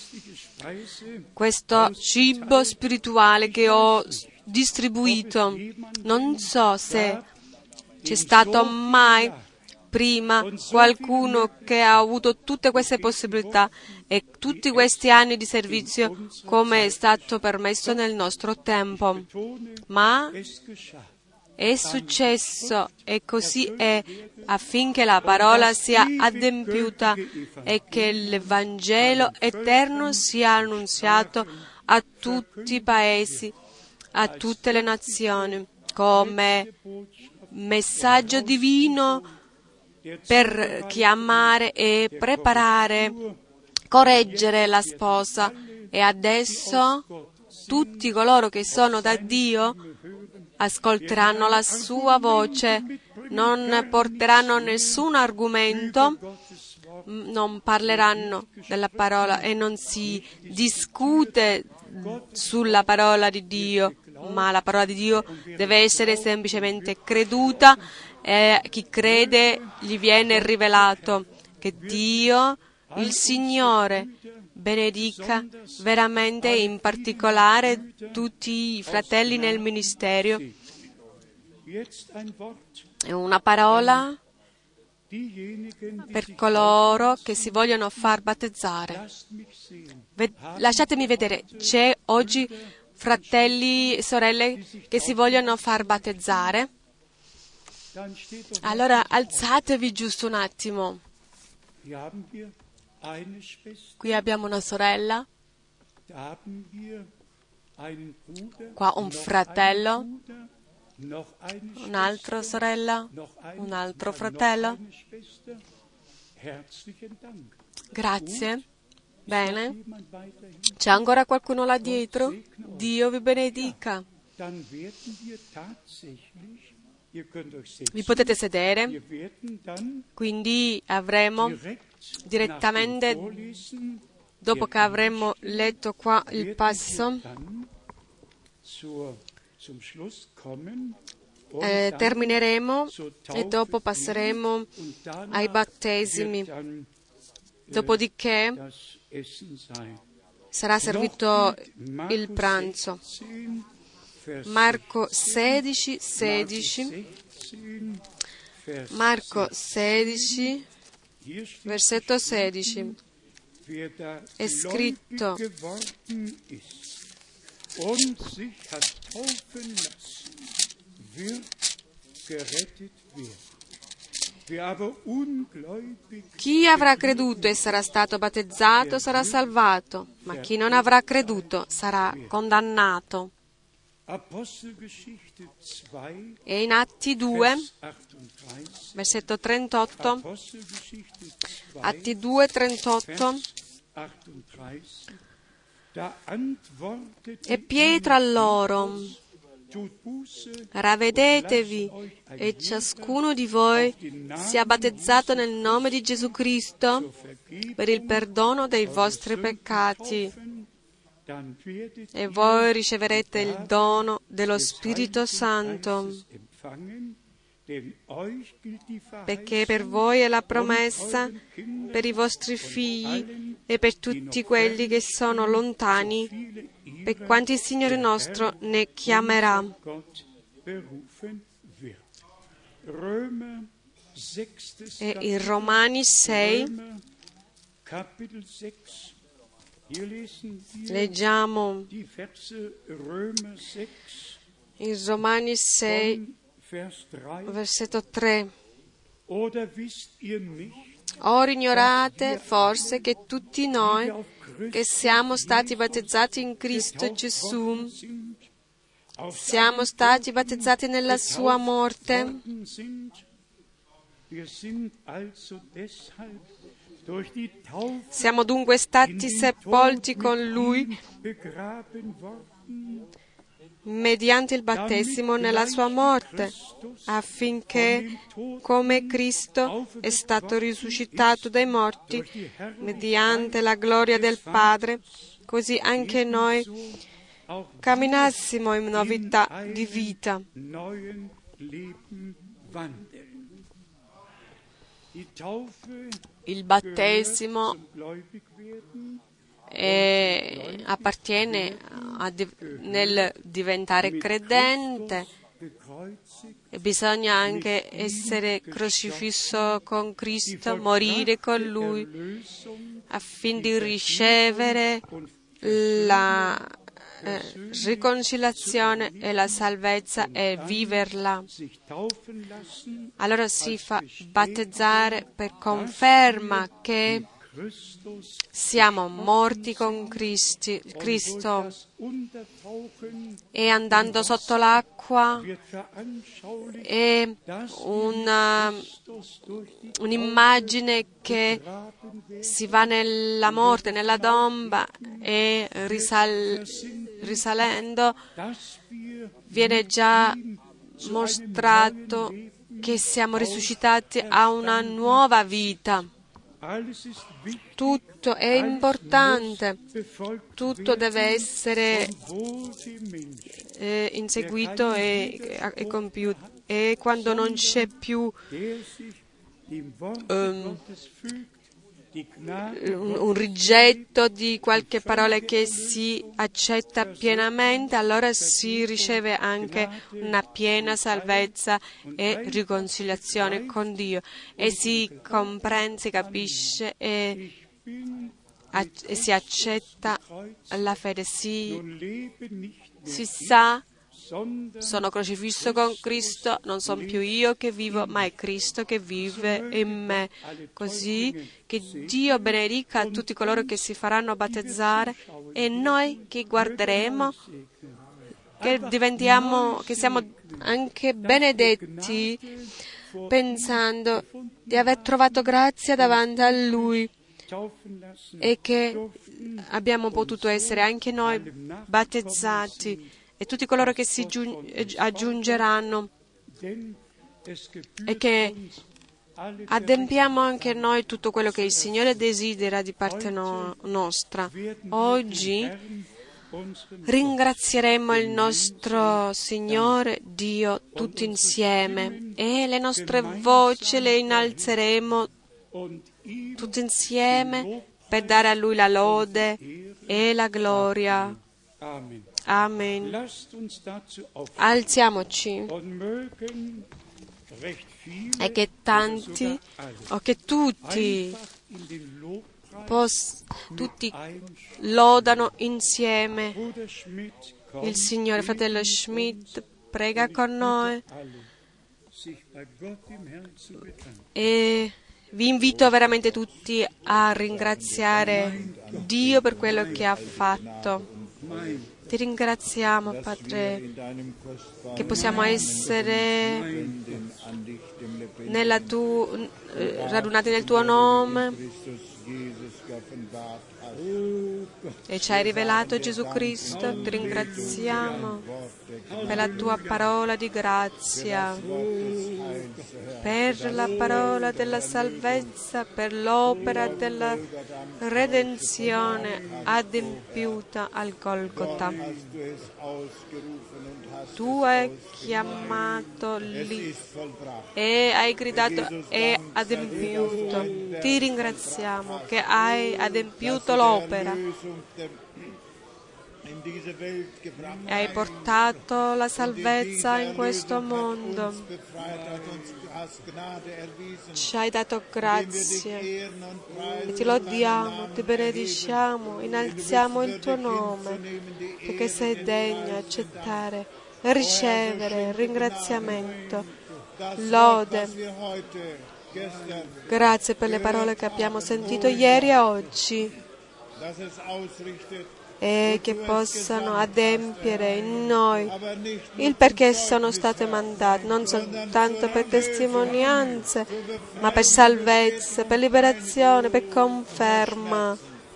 Questo cibo spirituale che ho distribuito, non so se c'è stato mai prima qualcuno che ha avuto tutte queste possibilità e tutti questi anni di servizio come è stato permesso nel nostro tempo. Ma è successo e così è, affinché la parola sia adempiuta e che il Vangelo eterno sia annunziato a tutti i paesi, a tutte le nazioni, come messaggio divino per chiamare e preparare, correggere la sposa. E adesso tutti coloro che sono da Dio ascolteranno la sua voce, non porteranno nessun argomento, non parleranno della parola e non si discute sulla parola di Dio, ma la parola di Dio deve essere semplicemente creduta e chi crede gli viene rivelato. Che Dio, il Signore, benedica veramente in particolare tutti i fratelli nel ministero. È una parola per coloro che si vogliono far battezzare. Lasciatemi vedere, c'è oggi fratelli e sorelle che si vogliono far battezzare? Allora alzatevi giusto un attimo. Qui abbiamo una sorella, qua un fratello, un'altra sorella, un altro fratello. Grazie. Bene. C'è ancora qualcuno là dietro? Dio vi benedica. Vi potete sedere. Quindi avremo direttamente, dopo che avremo letto qua il passo, termineremo e dopo passeremo ai battesimi. Dopodiché sarà servito il pranzo. Marco 16, Marco 16, versetto 16. È scritto: chi avrà creduto e sarà stato battezzato sarà salvato, ma chi non avrà creduto sarà condannato. E in Atti 2, versetto 38, Atti 2, 38, e Pietro a loro: ravvedetevi e ciascuno di voi sia battezzato nel nome di Gesù Cristo per il perdono dei vostri peccati, e voi riceverete il dono dello Spirito Santo, perché per voi è la promessa, per i vostri figli e per tutti quelli che sono lontani, per quanti il Signore nostro ne chiamerà. E in Romani 6 leggiamo in Romani 6, versetto 3. Ora ignorate forse che tutti noi che siamo stati battezzati in Cristo Gesù siamo stati battezzati nella sua morte? Siamo dunque stati sepolti con Lui mediante il battesimo nella sua morte, affinché, come Cristo è stato risuscitato dai morti mediante la gloria del Padre, così anche noi camminassimo in novità di vita. Il battesimo appartiene nel diventare credente, e bisogna anche essere crocifisso con Cristo, morire con Lui, affinché ricevere la riconciliazione e la salvezza e viverla. Allora si fa battezzare per conferma che siamo morti con Cristo, e andando sotto l'acqua è un'immagine che si va nella morte, nella tomba, e risalendo viene già mostrato che siamo risuscitati a una nuova vita. Tutto è importante, tutto deve essere inseguito e compiuto. E quando non c'è più un rigetto di qualche parola che si accetta pienamente, allora si riceve anche una piena salvezza e riconciliazione con Dio e si comprende, si capisce e si accetta la fede, si sa: sono crocifisso con Cristo, non sono più io che vivo, ma è Cristo che vive in me. Così che Dio benedica tutti coloro che si faranno battezzare e noi che guarderemo, che siamo anche benedetti pensando di aver trovato grazia davanti a Lui e che abbiamo potuto essere anche noi battezzati e tutti coloro che si aggiungeranno e che adempiamo anche noi tutto quello che il Signore desidera di parte nostra. Oggi ringrazieremo il nostro Signore Dio tutti insieme e le nostre voci le innalzeremo tutti insieme per dare a Lui la lode e la gloria. Amen. Alziamoci e che tanti o che tutti lodano insieme il Signore. Fratello Schmidt, prega con noi e vi invito veramente tutti a ringraziare Dio per quello che ha fatto. Ti ringraziamo, Padre, che possiamo essere radunati nel Tuo nome e ci hai rivelato Gesù Cristo. Ti ringraziamo per la Tua parola di grazia, per la parola della salvezza, per l'opera della redenzione adempiuta al Golgota. Tu hai chiamato lì e hai gridato e adempiuto. Ti ringraziamo che hai adempiuto l'opera e hai portato la salvezza in questo mondo. Ci hai dato grazia e ti lodiamo, ti benediciamo, innalziamo il tuo nome perché sei degno di accettare e ricevere ringraziamento, lode. Grazie per le parole che abbiamo sentito ieri e oggi e che possano adempiere in noi il perché sono state mandate, non soltanto per testimonianze, ma per salvezza, per liberazione, per conferma.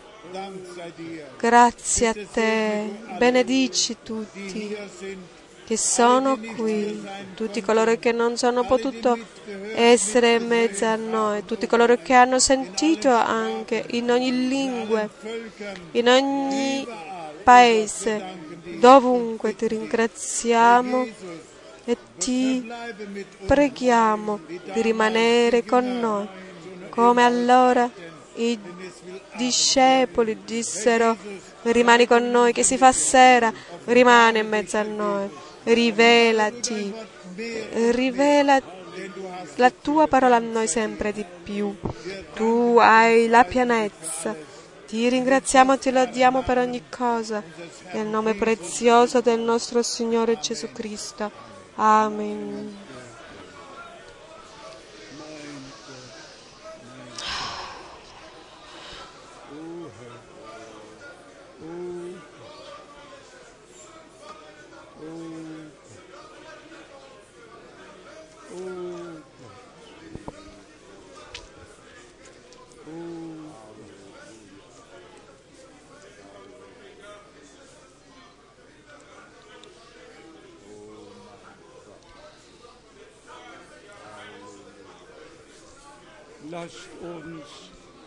Grazie a te, benedici tutti che sono qui, tutti coloro che non sono potuto essere in mezzo a noi, tutti coloro che hanno sentito anche in ogni lingua, in ogni paese, dovunque ti ringraziamo e ti preghiamo di rimanere con noi, come allora i discepoli dissero: rimani con noi, che si fa sera, rimane in mezzo a noi, rivelati, rivela la tua parola a noi sempre di più. Tu hai la pienezza. Ti ringraziamo e ti lodiamo per ogni cosa, nel nome prezioso del nostro Signore Gesù Cristo. Amen.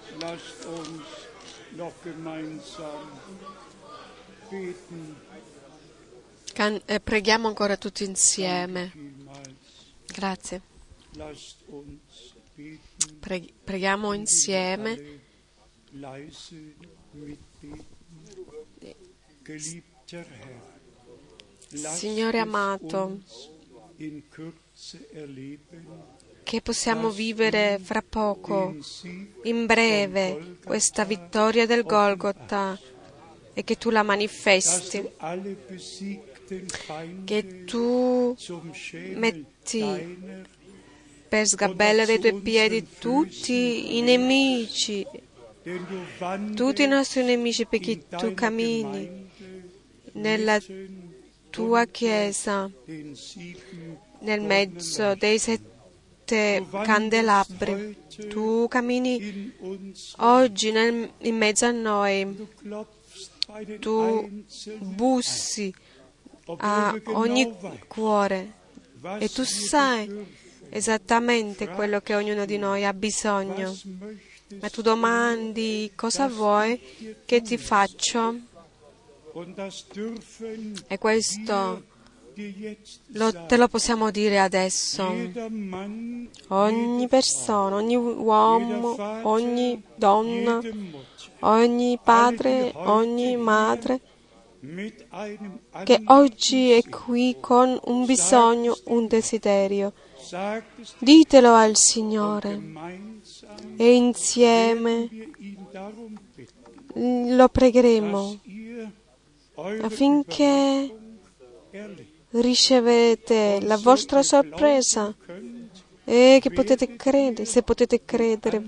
Lasst uns noch gemeinsam beten. Preghiamo ancora tutti insieme. Vielmals. Grazie. Lasst uns beten. Preghiamo insieme. Alle leise mitbeten. Geliebter Herr, lasst Signore es amato, uns in Kürze erleben, che possiamo vivere fra poco, den Sieg in breve, von Golgatha, questa vittoria del Golgotha e che tu la dass manifesti, du alle besiegten Feinde che tu zum Schemel metti deiner per sgabella dei tuoi piedi tutti i nemici, denn du tutti i wandelst nostri nemici, perché in tu deiner cammini Gemeinde nella mitten tua unter Chiesa, den 7 nel goldenen mezzo dei 7 candelabri. Tu cammini in uns, oggi in mezzo a noi, du klopfst bei den tu Einzelnen, bussi a obwohl wir ogni genau weißt, cuore was e tu wir sai bedürfen, esattamente quello che ognuno di noi ha bisogno. was möchtest Ma tu domandi cosa vuoi che ti faccio, und das dürfen e questo dir jetzt te lo possiamo dire adesso. jeder Mann, Ogni persona, ogni uomo, ogni donna, jede Mutter, ogni padre, ogni madre mit einem che oggi è qui con un bisogno, un desiderio. sagt es Ditelo al Signore gemeinsam, e insieme wir ihn darum bitten, lo pregheremo dass ihr eure affinché Überraschung erlebt. ricevete la vostra sorpresa Könnt e che potete credere, se potete credere,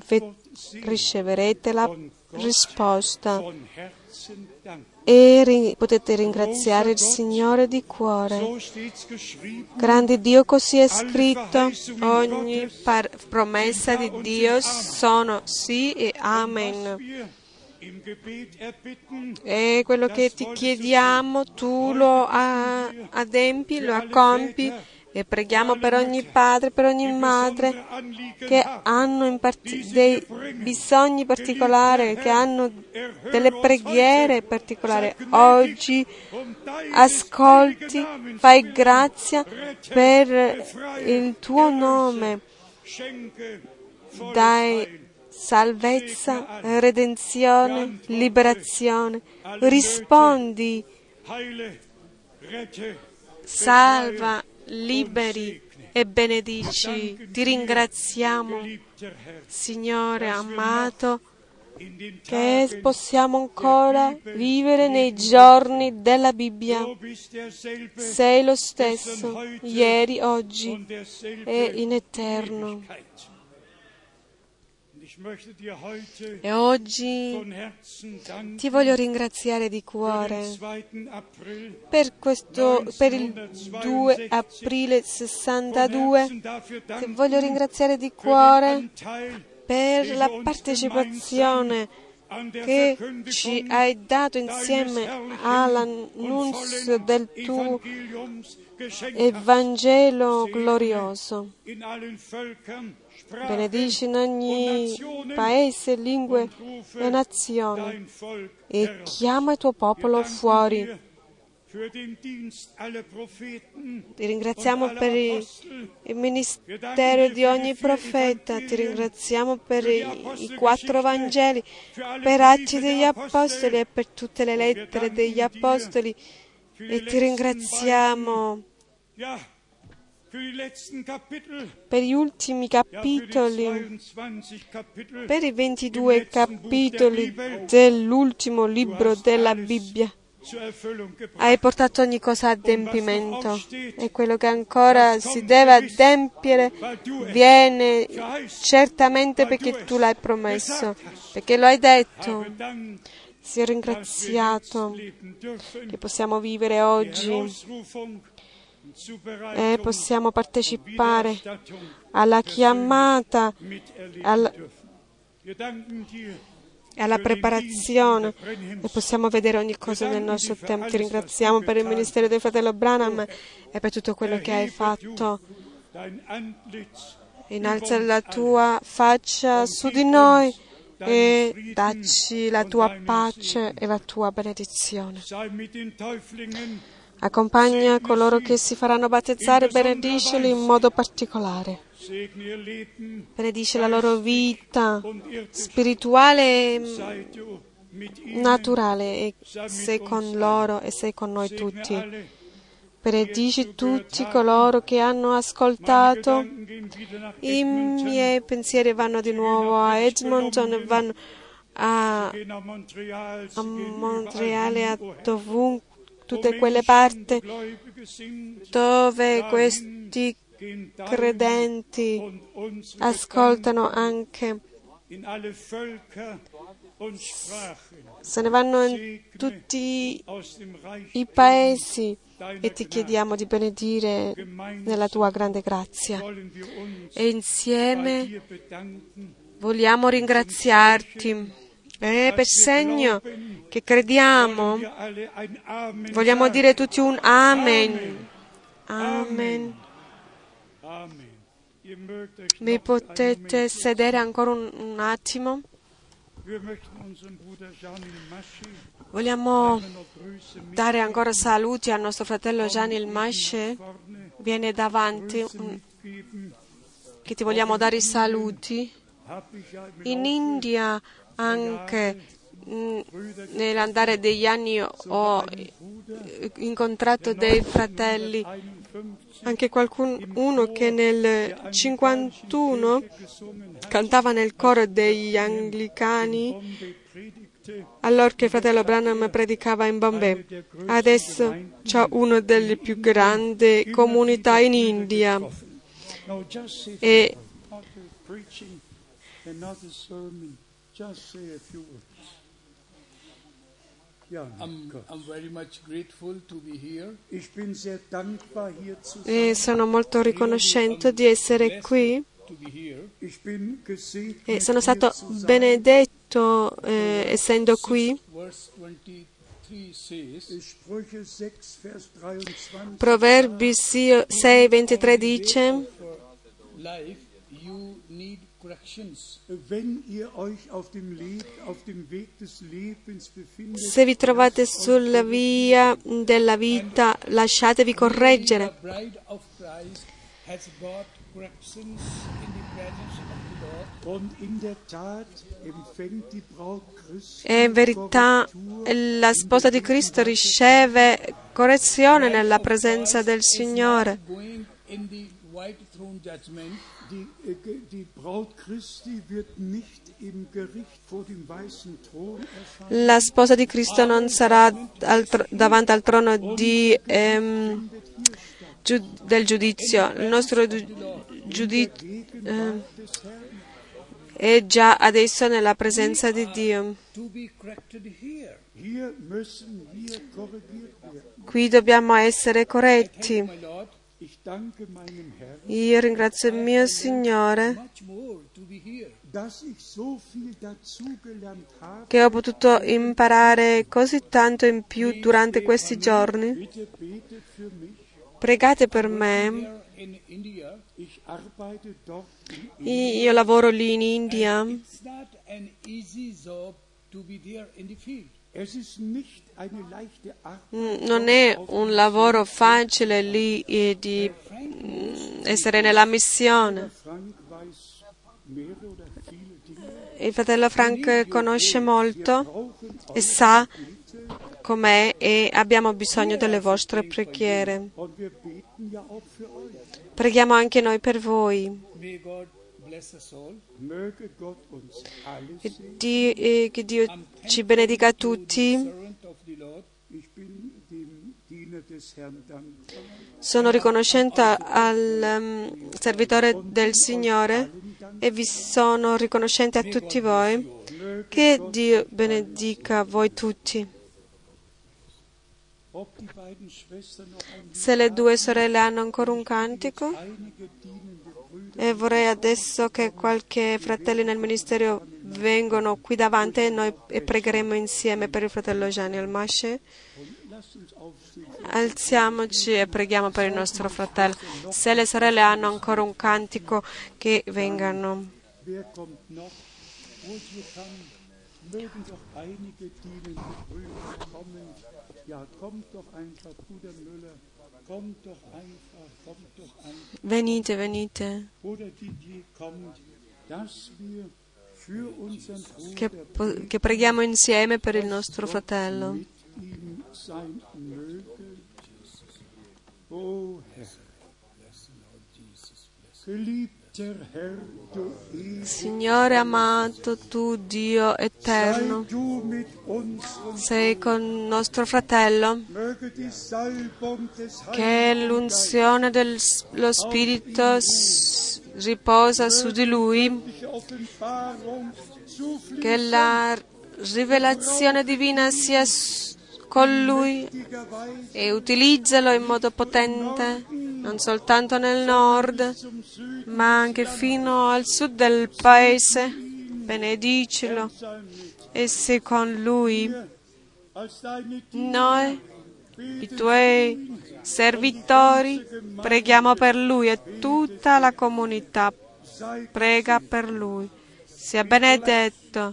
riceverete la risposta von Herzen danken. e potete ringraziare il Signore di cuore. So steht's geschrieben. Grande Dio, così è scritto, ogni promessa di Dio sono sì e amen. Wir im Gebet erbitten, E quello che ti chiediamo tu lo adempi, lo accompi, e preghiamo per ogni padre, per ogni madre che hanno dei bisogni particolari, che hanno delle preghiere particolari. Oggi ascolti, fai grazia per il tuo nome, schenke dai salvezza, redenzione, liberazione. Rispondi, heile, rette, salva, liberi e benedici. Ti ringraziamo, geliebter Herr, Signore amato, in den che Tagen possiamo ancora vivere nei giorni della Bibbia. du bist derselbe Sei lo stesso, ieri, oggi und derselbe e in eterno. Ewigkeit. Und ich möchte dir heute E oggi von Herzen danken ti voglio ringraziare di für cuore den 2. April, per il 2 aprile 62. von Herzen dafür Ti danken voglio ringraziare di für den cuore Anteil per la den du uns partecipazione an der che Verkündigung ci hai dato insieme all'annunzio del tuo Evangeliums geschenkt hast. Evangelo glorioso. In allen Völkern, Sprachen Benedici in und ogni Nationen paese, lingue und rufe e nazioni dein Volk e heraus. chiama il tuo popolo Danken fuori. dir für den Dienst aller Propheten Ti ringraziamo und per aller Apostel. il ministero di ogni profeta, ti ringraziamo per i 4 Vangeli, per Atti degli Apostoli e per tutte le lettere degli Apostoli, e ti ringraziamo Ja, für die letzten Kapitel, per gli ultimi ja, für die capitoli, 22 Kapitel per i 22 capitoli dell'ultimo libro della Bibbia. zur Erfüllung gebracht. Hai portato ogni cosa a adempimento, e quello che ancora si deve adempiere viene certamente perché tu l'hai promesso, perché lo hai detto. Aber dann, Sia dass wir ringraziato jetzt leben dürfen, che possiamo vivere die oggi Herausrufung und e Zubereitung possiamo partecipare Wiedererstattung alla chiamata, miterleben alla, dürfen. Wir danken dir alla preparazione, e possiamo vedere ogni cosa nel nostro tempo. Ti ringraziamo per il ministero del fratello Branham e per tutto quello che hai fatto. dein Antlitz Innalza la tua faccia su di noi e dacci la tua pace e la tua benedizione. Accompagna coloro che si faranno battezzare, benedicili in modo particolare. Benedice la loro vita spirituale e naturale, e sei con loro e sei con noi tutti. Benedici tutti coloro che hanno ascoltato. I miei pensieri vanno di nuovo a Edmonton e vanno a Montreale, a dovunque, tutte quelle parti dove questi credenti ascoltano anche. Se ne vanno in tutti i paesi e ti chiediamo di benedire nella tua grande grazia. E insieme vogliamo ringraziarti. E per segno che crediamo, vogliamo dire tutti un Amen. Amen. Vi potete sedere ancora un attimo? Vogliamo dare ancora saluti al nostro fratello Gianni Masce. Viene davanti, che ti vogliamo dare i saluti. In India anche nell'andare degli anni ho incontrato dei fratelli, anche qualcuno che nel 51 cantava nel coro degli anglicani allora che il fratello Branham predicava in Bombay. Adesso c'è una delle più grandi comunità in India e e sono molto riconoscente di essere qui. E sono stato benedetto essendo qui. Proverbi 6:23 dice: se vi trovate sulla via della vita, lasciatevi correggere. E in verità la sposa di Cristo riceve correzione nella presenza del Signore. La sposa di Cristo non sarà davanti al trono del giudizio. Il nostro giudizio è già adesso nella presenza di Dio. Qui dobbiamo essere corretti. Io ringrazio il mio Signore che ho potuto imparare così tanto in più durante questi giorni. Pregate per me. Io lavoro lì in India. Non è un lavoro facile lì di essere nella missione. Il fratello Frank conosce molto e sa com'è e abbiamo bisogno delle vostre preghiere. Preghiamo anche noi per voi. Che Dio ci benedica tutti. Sono riconoscente al servitore del Signore e vi sono riconoscente a tutti voi. Che Dio benedica voi tutti. Se le due sorelle hanno ancora un cantico, e vorrei adesso che qualche fratello nel ministero vengano qui davanti e noi pregheremo insieme per il fratello Gianni Almasce. Alziamoci e preghiamo per il nostro fratello. Se le sorelle hanno ancora un cantico, che vengano. Venite, venite. Che preghiamo insieme per il nostro fratello. Signore amato, tu Dio eterno, sei con il nostro fratello, che l'unzione dello Spirito riposa su di lui, che la rivelazione divina sia con lui e utilizzalo in modo potente, non soltanto nel nord, ma anche fino al sud del paese. Benedicilo e sei con lui. Noi, i tuoi servitori, preghiamo per lui e tutta la comunità prega per lui. Sia benedetto.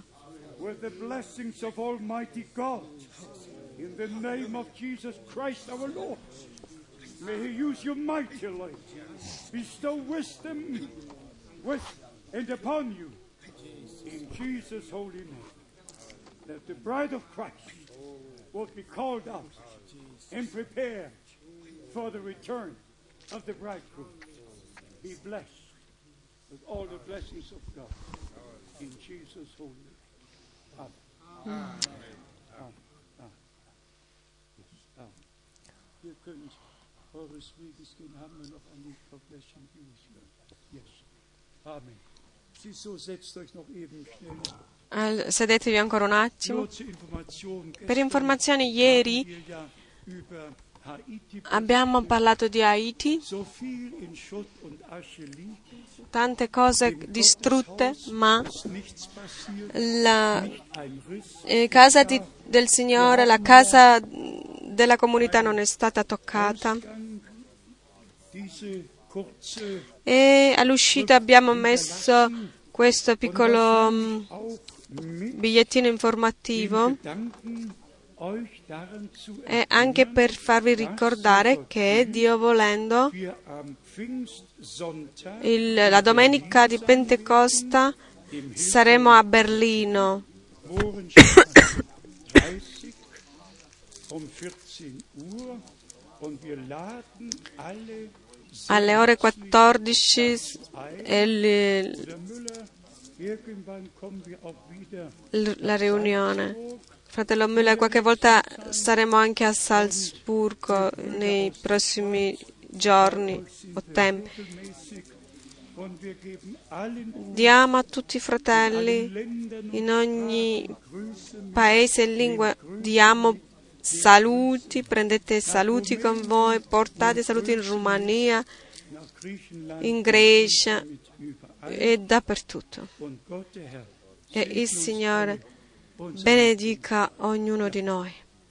In the name of Jesus Christ our Lord, may He use you mightily, bestow wisdom with and upon you, in Jesus' holy name, that the bride of Christ will be called out and prepared for the return of the bridegroom. Be blessed with all the blessings of God, in Jesus' holy name. Amen. Ihr könnt eures Weges gehen. Haben wir noch ein Lied auf Fläschchen übrig? Yes. Amen. So, setzt euch noch eben schnell. Sedetevi ancora un attimo. Per informazione, ieri abbiamo parlato di Haiti, tante cose distrutte, ma la casa del Signore, la casa della comunità non è stata toccata. E all'uscita abbiamo messo questo piccolo bigliettino informativo, e anche per farvi ricordare che, Dio volendo, la domenica di Pentecosta saremo a Berlino alle ore 14 e la riunione. Fratello Müller, qualche volta saremo anche a Salzburgo nei prossimi giorni o tempi. Diamo a tutti i fratelli in ogni paese e lingua, diamo saluti, prendete saluti con voi, portate saluti in Romania, in Grecia e dappertutto. E il Signore benedica ognuno di noi.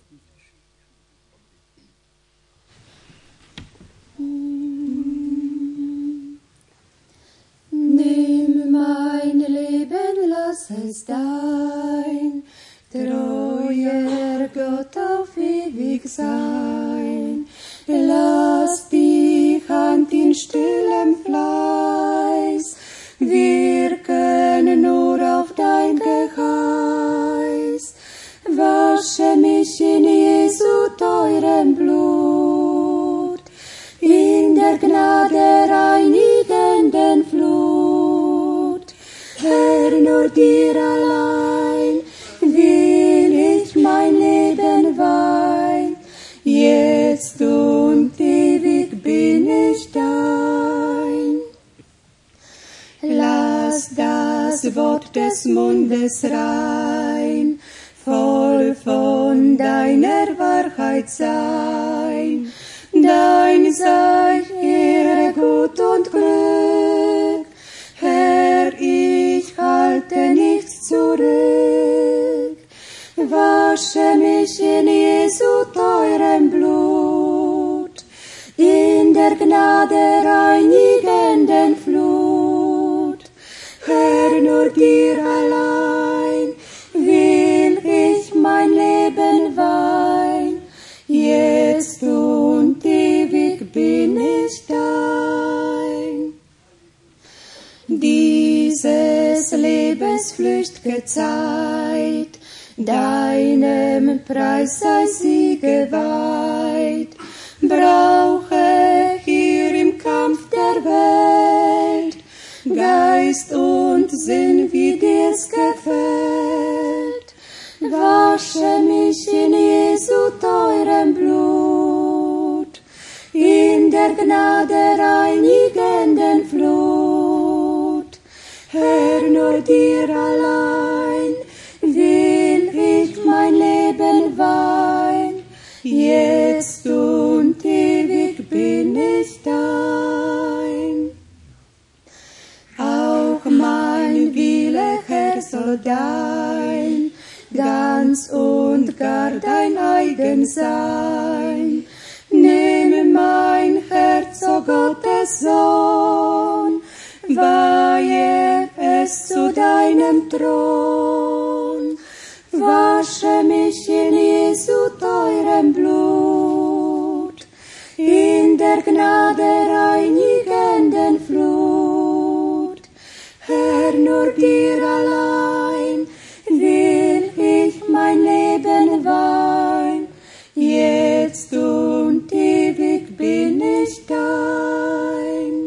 Nimm mein Leben, lass es dein treuer Gott auf ewig sein. Lass dich an in stillem Fleiß wirken nur auf dein Geheiß. Wasche mich in Jesu teurem Blut, in der Gnade reinigenden Flut. Herr, nur dir allein will ich mein Leben weihen, jetzt und ewig bin ich dein. Lass das Wort des Mundes rein, voll von deiner Wahrheit sein. Dein sei Ehre, Gut und Glück, Herr, ich halte nichts zurück. Wasche mich in Jesu teurem Blut, in der Gnade reinigenden Flut. Herr, nur dir allein flücht'ge Zeit, deinem Preis sei sie geweiht. Brauche hier im Kampf der Welt Geist und Sinn, wie dir's gefällt. Wasche mich in Jesu teurem Blut, in der Gnade reinigenden Flut. Herr, nur dir allein will ich mein Leben weihen, jetzt und ewig bin ich dein. Auch mein Wille, Herr, soll dein, ganz und gar dein eigen sein. Nehme mein Herz, o Gottes Sohn, weihe es zu deinem Thron. Wasche mich in Jesu teurem Blut, in der Gnade reinigenden Flut. Herr, nur dir allein will ich mein Leben weihen, jetzt und ewig bin ich dein.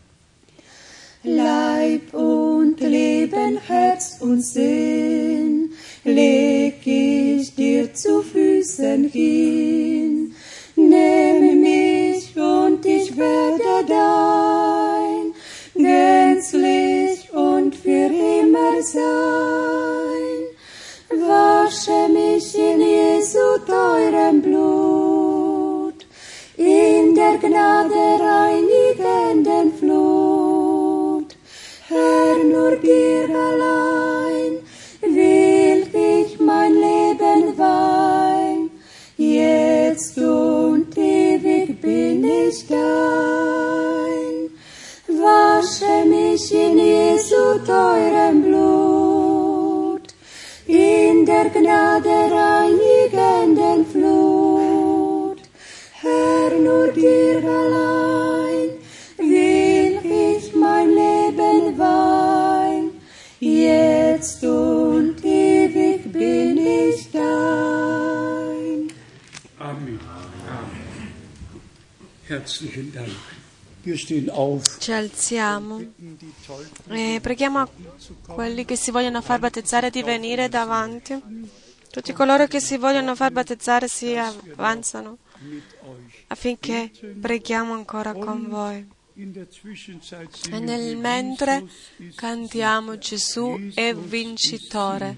Leib und Leben, Herz und Sinn leg ich dir zu Füßen hin. Nehme mich und ich werde dein, gänzlich und für immer sein. Wasche mich in Jesu teurem Blut, in der Gnade reinigenden Flut. Herr, nur dir allein will ich mein Leben weihen, jetzt und ewig bin ich dein. Wasche mich in Jesu teurem Blut, in der Gnade reinigenden Flut. Herr, nur dir allein will ich mein Leben weihen, jetzt und ewig bin ich dein. Amen. Herzlichen Dank. Wir stehen auf. Ci alziamo e preghiamo quelli che si vogliono far battezzare di venire davanti. Tutti coloro che si vogliono far battezzare si avanzano affinché preghiamo ancora con voi. E nel mentre cantiamo Gesù è vincitore.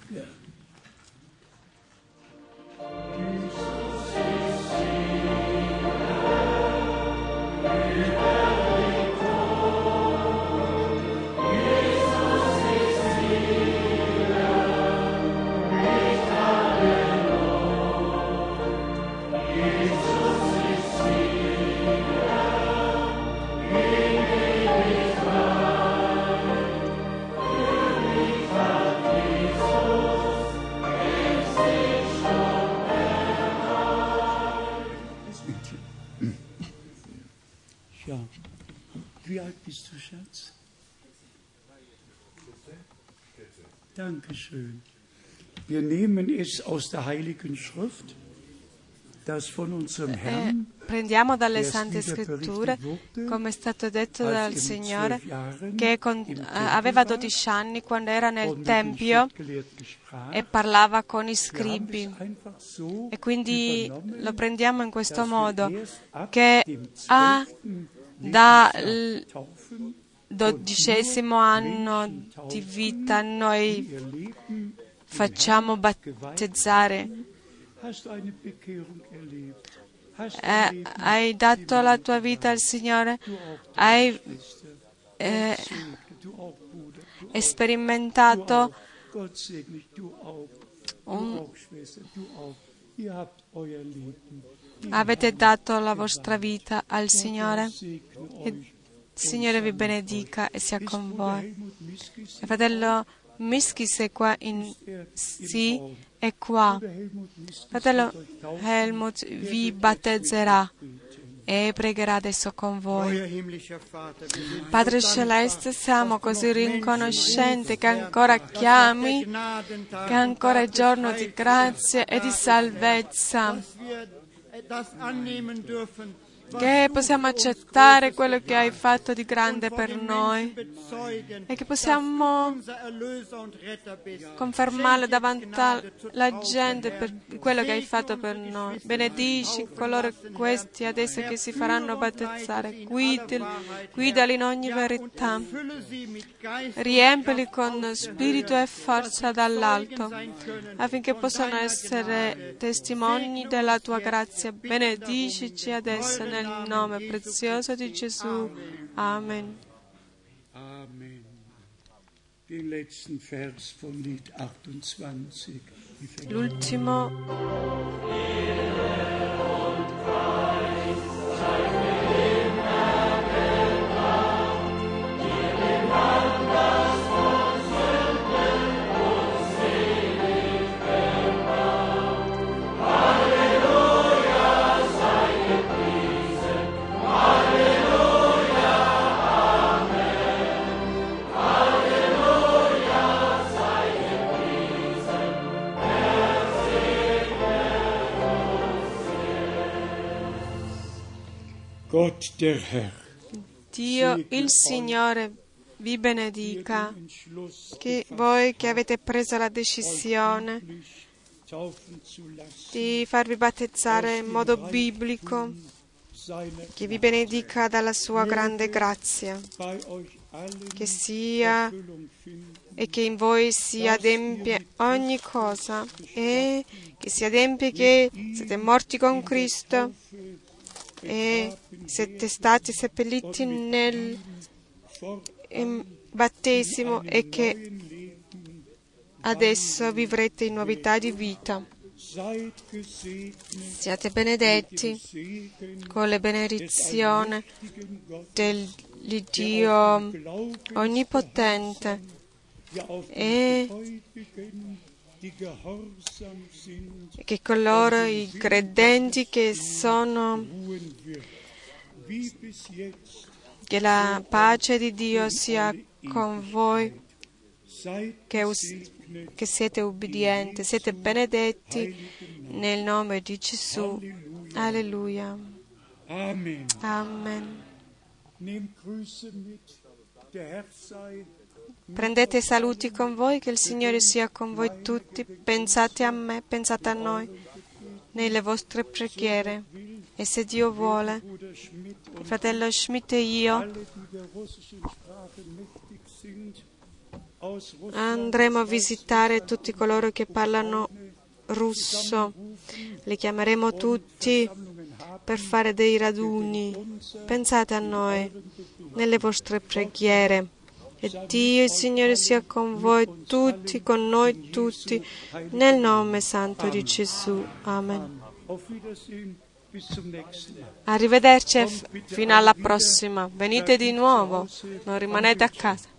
Ja. Wie alt bist du, Schatz? Dankeschön. Wir nehmen es aus der Heiligen Schrift, das von unserem Herrn, prendiamo dalle Sante Scritture, come è stato detto dal Signore, che aveva 12 anni quando era nel Tempio e parlava con i scribi. E quindi lo prendiamo in questo modo, che dal 12° anno di vita noi facciamo battezzare. Hai dato la tua vita al Signore? Hai sperimentato avete dato la vostra vita al Signore? Il Signore vi benedica e sia con voi. Il fratello Miskis è qua sì, è qua. Fratello Helmut vi battezzerà. e pregherà adesso con voi. Euer himmlischer Vater, wir sind Padre so Celeste, siamo così riconoscenti che ancora dankbar, chiami, dass der Gnadentag che ancora è und giorno Tag di des grazia e di Heils, salvezza, dass wir das annehmen dürfen, was che du possiamo für uns accettare Großes quello che hai getan fatto di und grande vor per den noi Menschen bezeugen, e che dass possiamo du unser Erlöser und Retter bist. confermare Schenk davanti jetzt Gnade zur alla Taufe, gente Herr. per quello che hai Segne fatto per unsere noi. Geschwister, die Benedici sich taufen coloro lassen, questi Herr. adesso che si faranno Herr, führe und battezzare. leite sie in aller Guidali, Wahrheit, guidali in Herr. ogni Ja, verità. und erfülle sie mit Geist und Riempili Kraft con aus der spirito Höhe, e forza dass sie dall'alto, Zeugen sein können affinché von possano deiner essere Gnade. testimoni Segne della uns tua jetzt, grazia. bitten Benedicici darum, in adesso eurem nel Namen nome Jesu prezioso di Christi. Gesù. Amen. Amen. Den letzten Vers von Lied 28. L'ultimo Gott, der Herr, Dio, il Signore, vi benedica, den Entschluss che voi che avete preso la decisione taufen zu lassen, di farvi battezzare in modo biblico, seiner che vi benedica dalla sua grande grazia, bei euch allen che sia Erfüllung finden. e che in voi si adempie ogni cosa e che si adempie che siete morti con Cristo e siete stati seppelliti nel battesimo e che adesso vivrete in novità di vita. Seid gesegnet, Siate benedetti Segen con le benedizioni allmächtigen Gott, dell'Iddio onnipotente ja auf e die Gläubigen, die gehorsam sind, che coloro, i credenti che sono, ruhen wird, wie bis jetzt. che la pace di Dio sia con voi, Seid che gesegnet, che siete ubbidienti, siete benedetti nel nome di Gesù. Alleluia. Amen. Amen. Nehmt Grüße mit, der Herr sei Prendete saluti con voi, che il Signore sia con voi tutti. Pensate a me, pensate a noi nelle vostre preghiere. E se Dio vuole, Bruder Schmidt und il fratello Schmidt e io alle, die der russischen Sprache mächtig sind, aus Russland andremo a visitare tutti coloro che parlano russo. Li chiameremo tutti per fare dei raduni. Pensate a noi nelle vostre preghiere. E Dio, il Signore, sia con voi tutti, con noi tutti, nel nome santo di Gesù. Amen. Auf Wiedersehen, bis zum nächsten Mal. Arrivederci e fino alla prossima. Venite di nuovo, non rimanete a casa.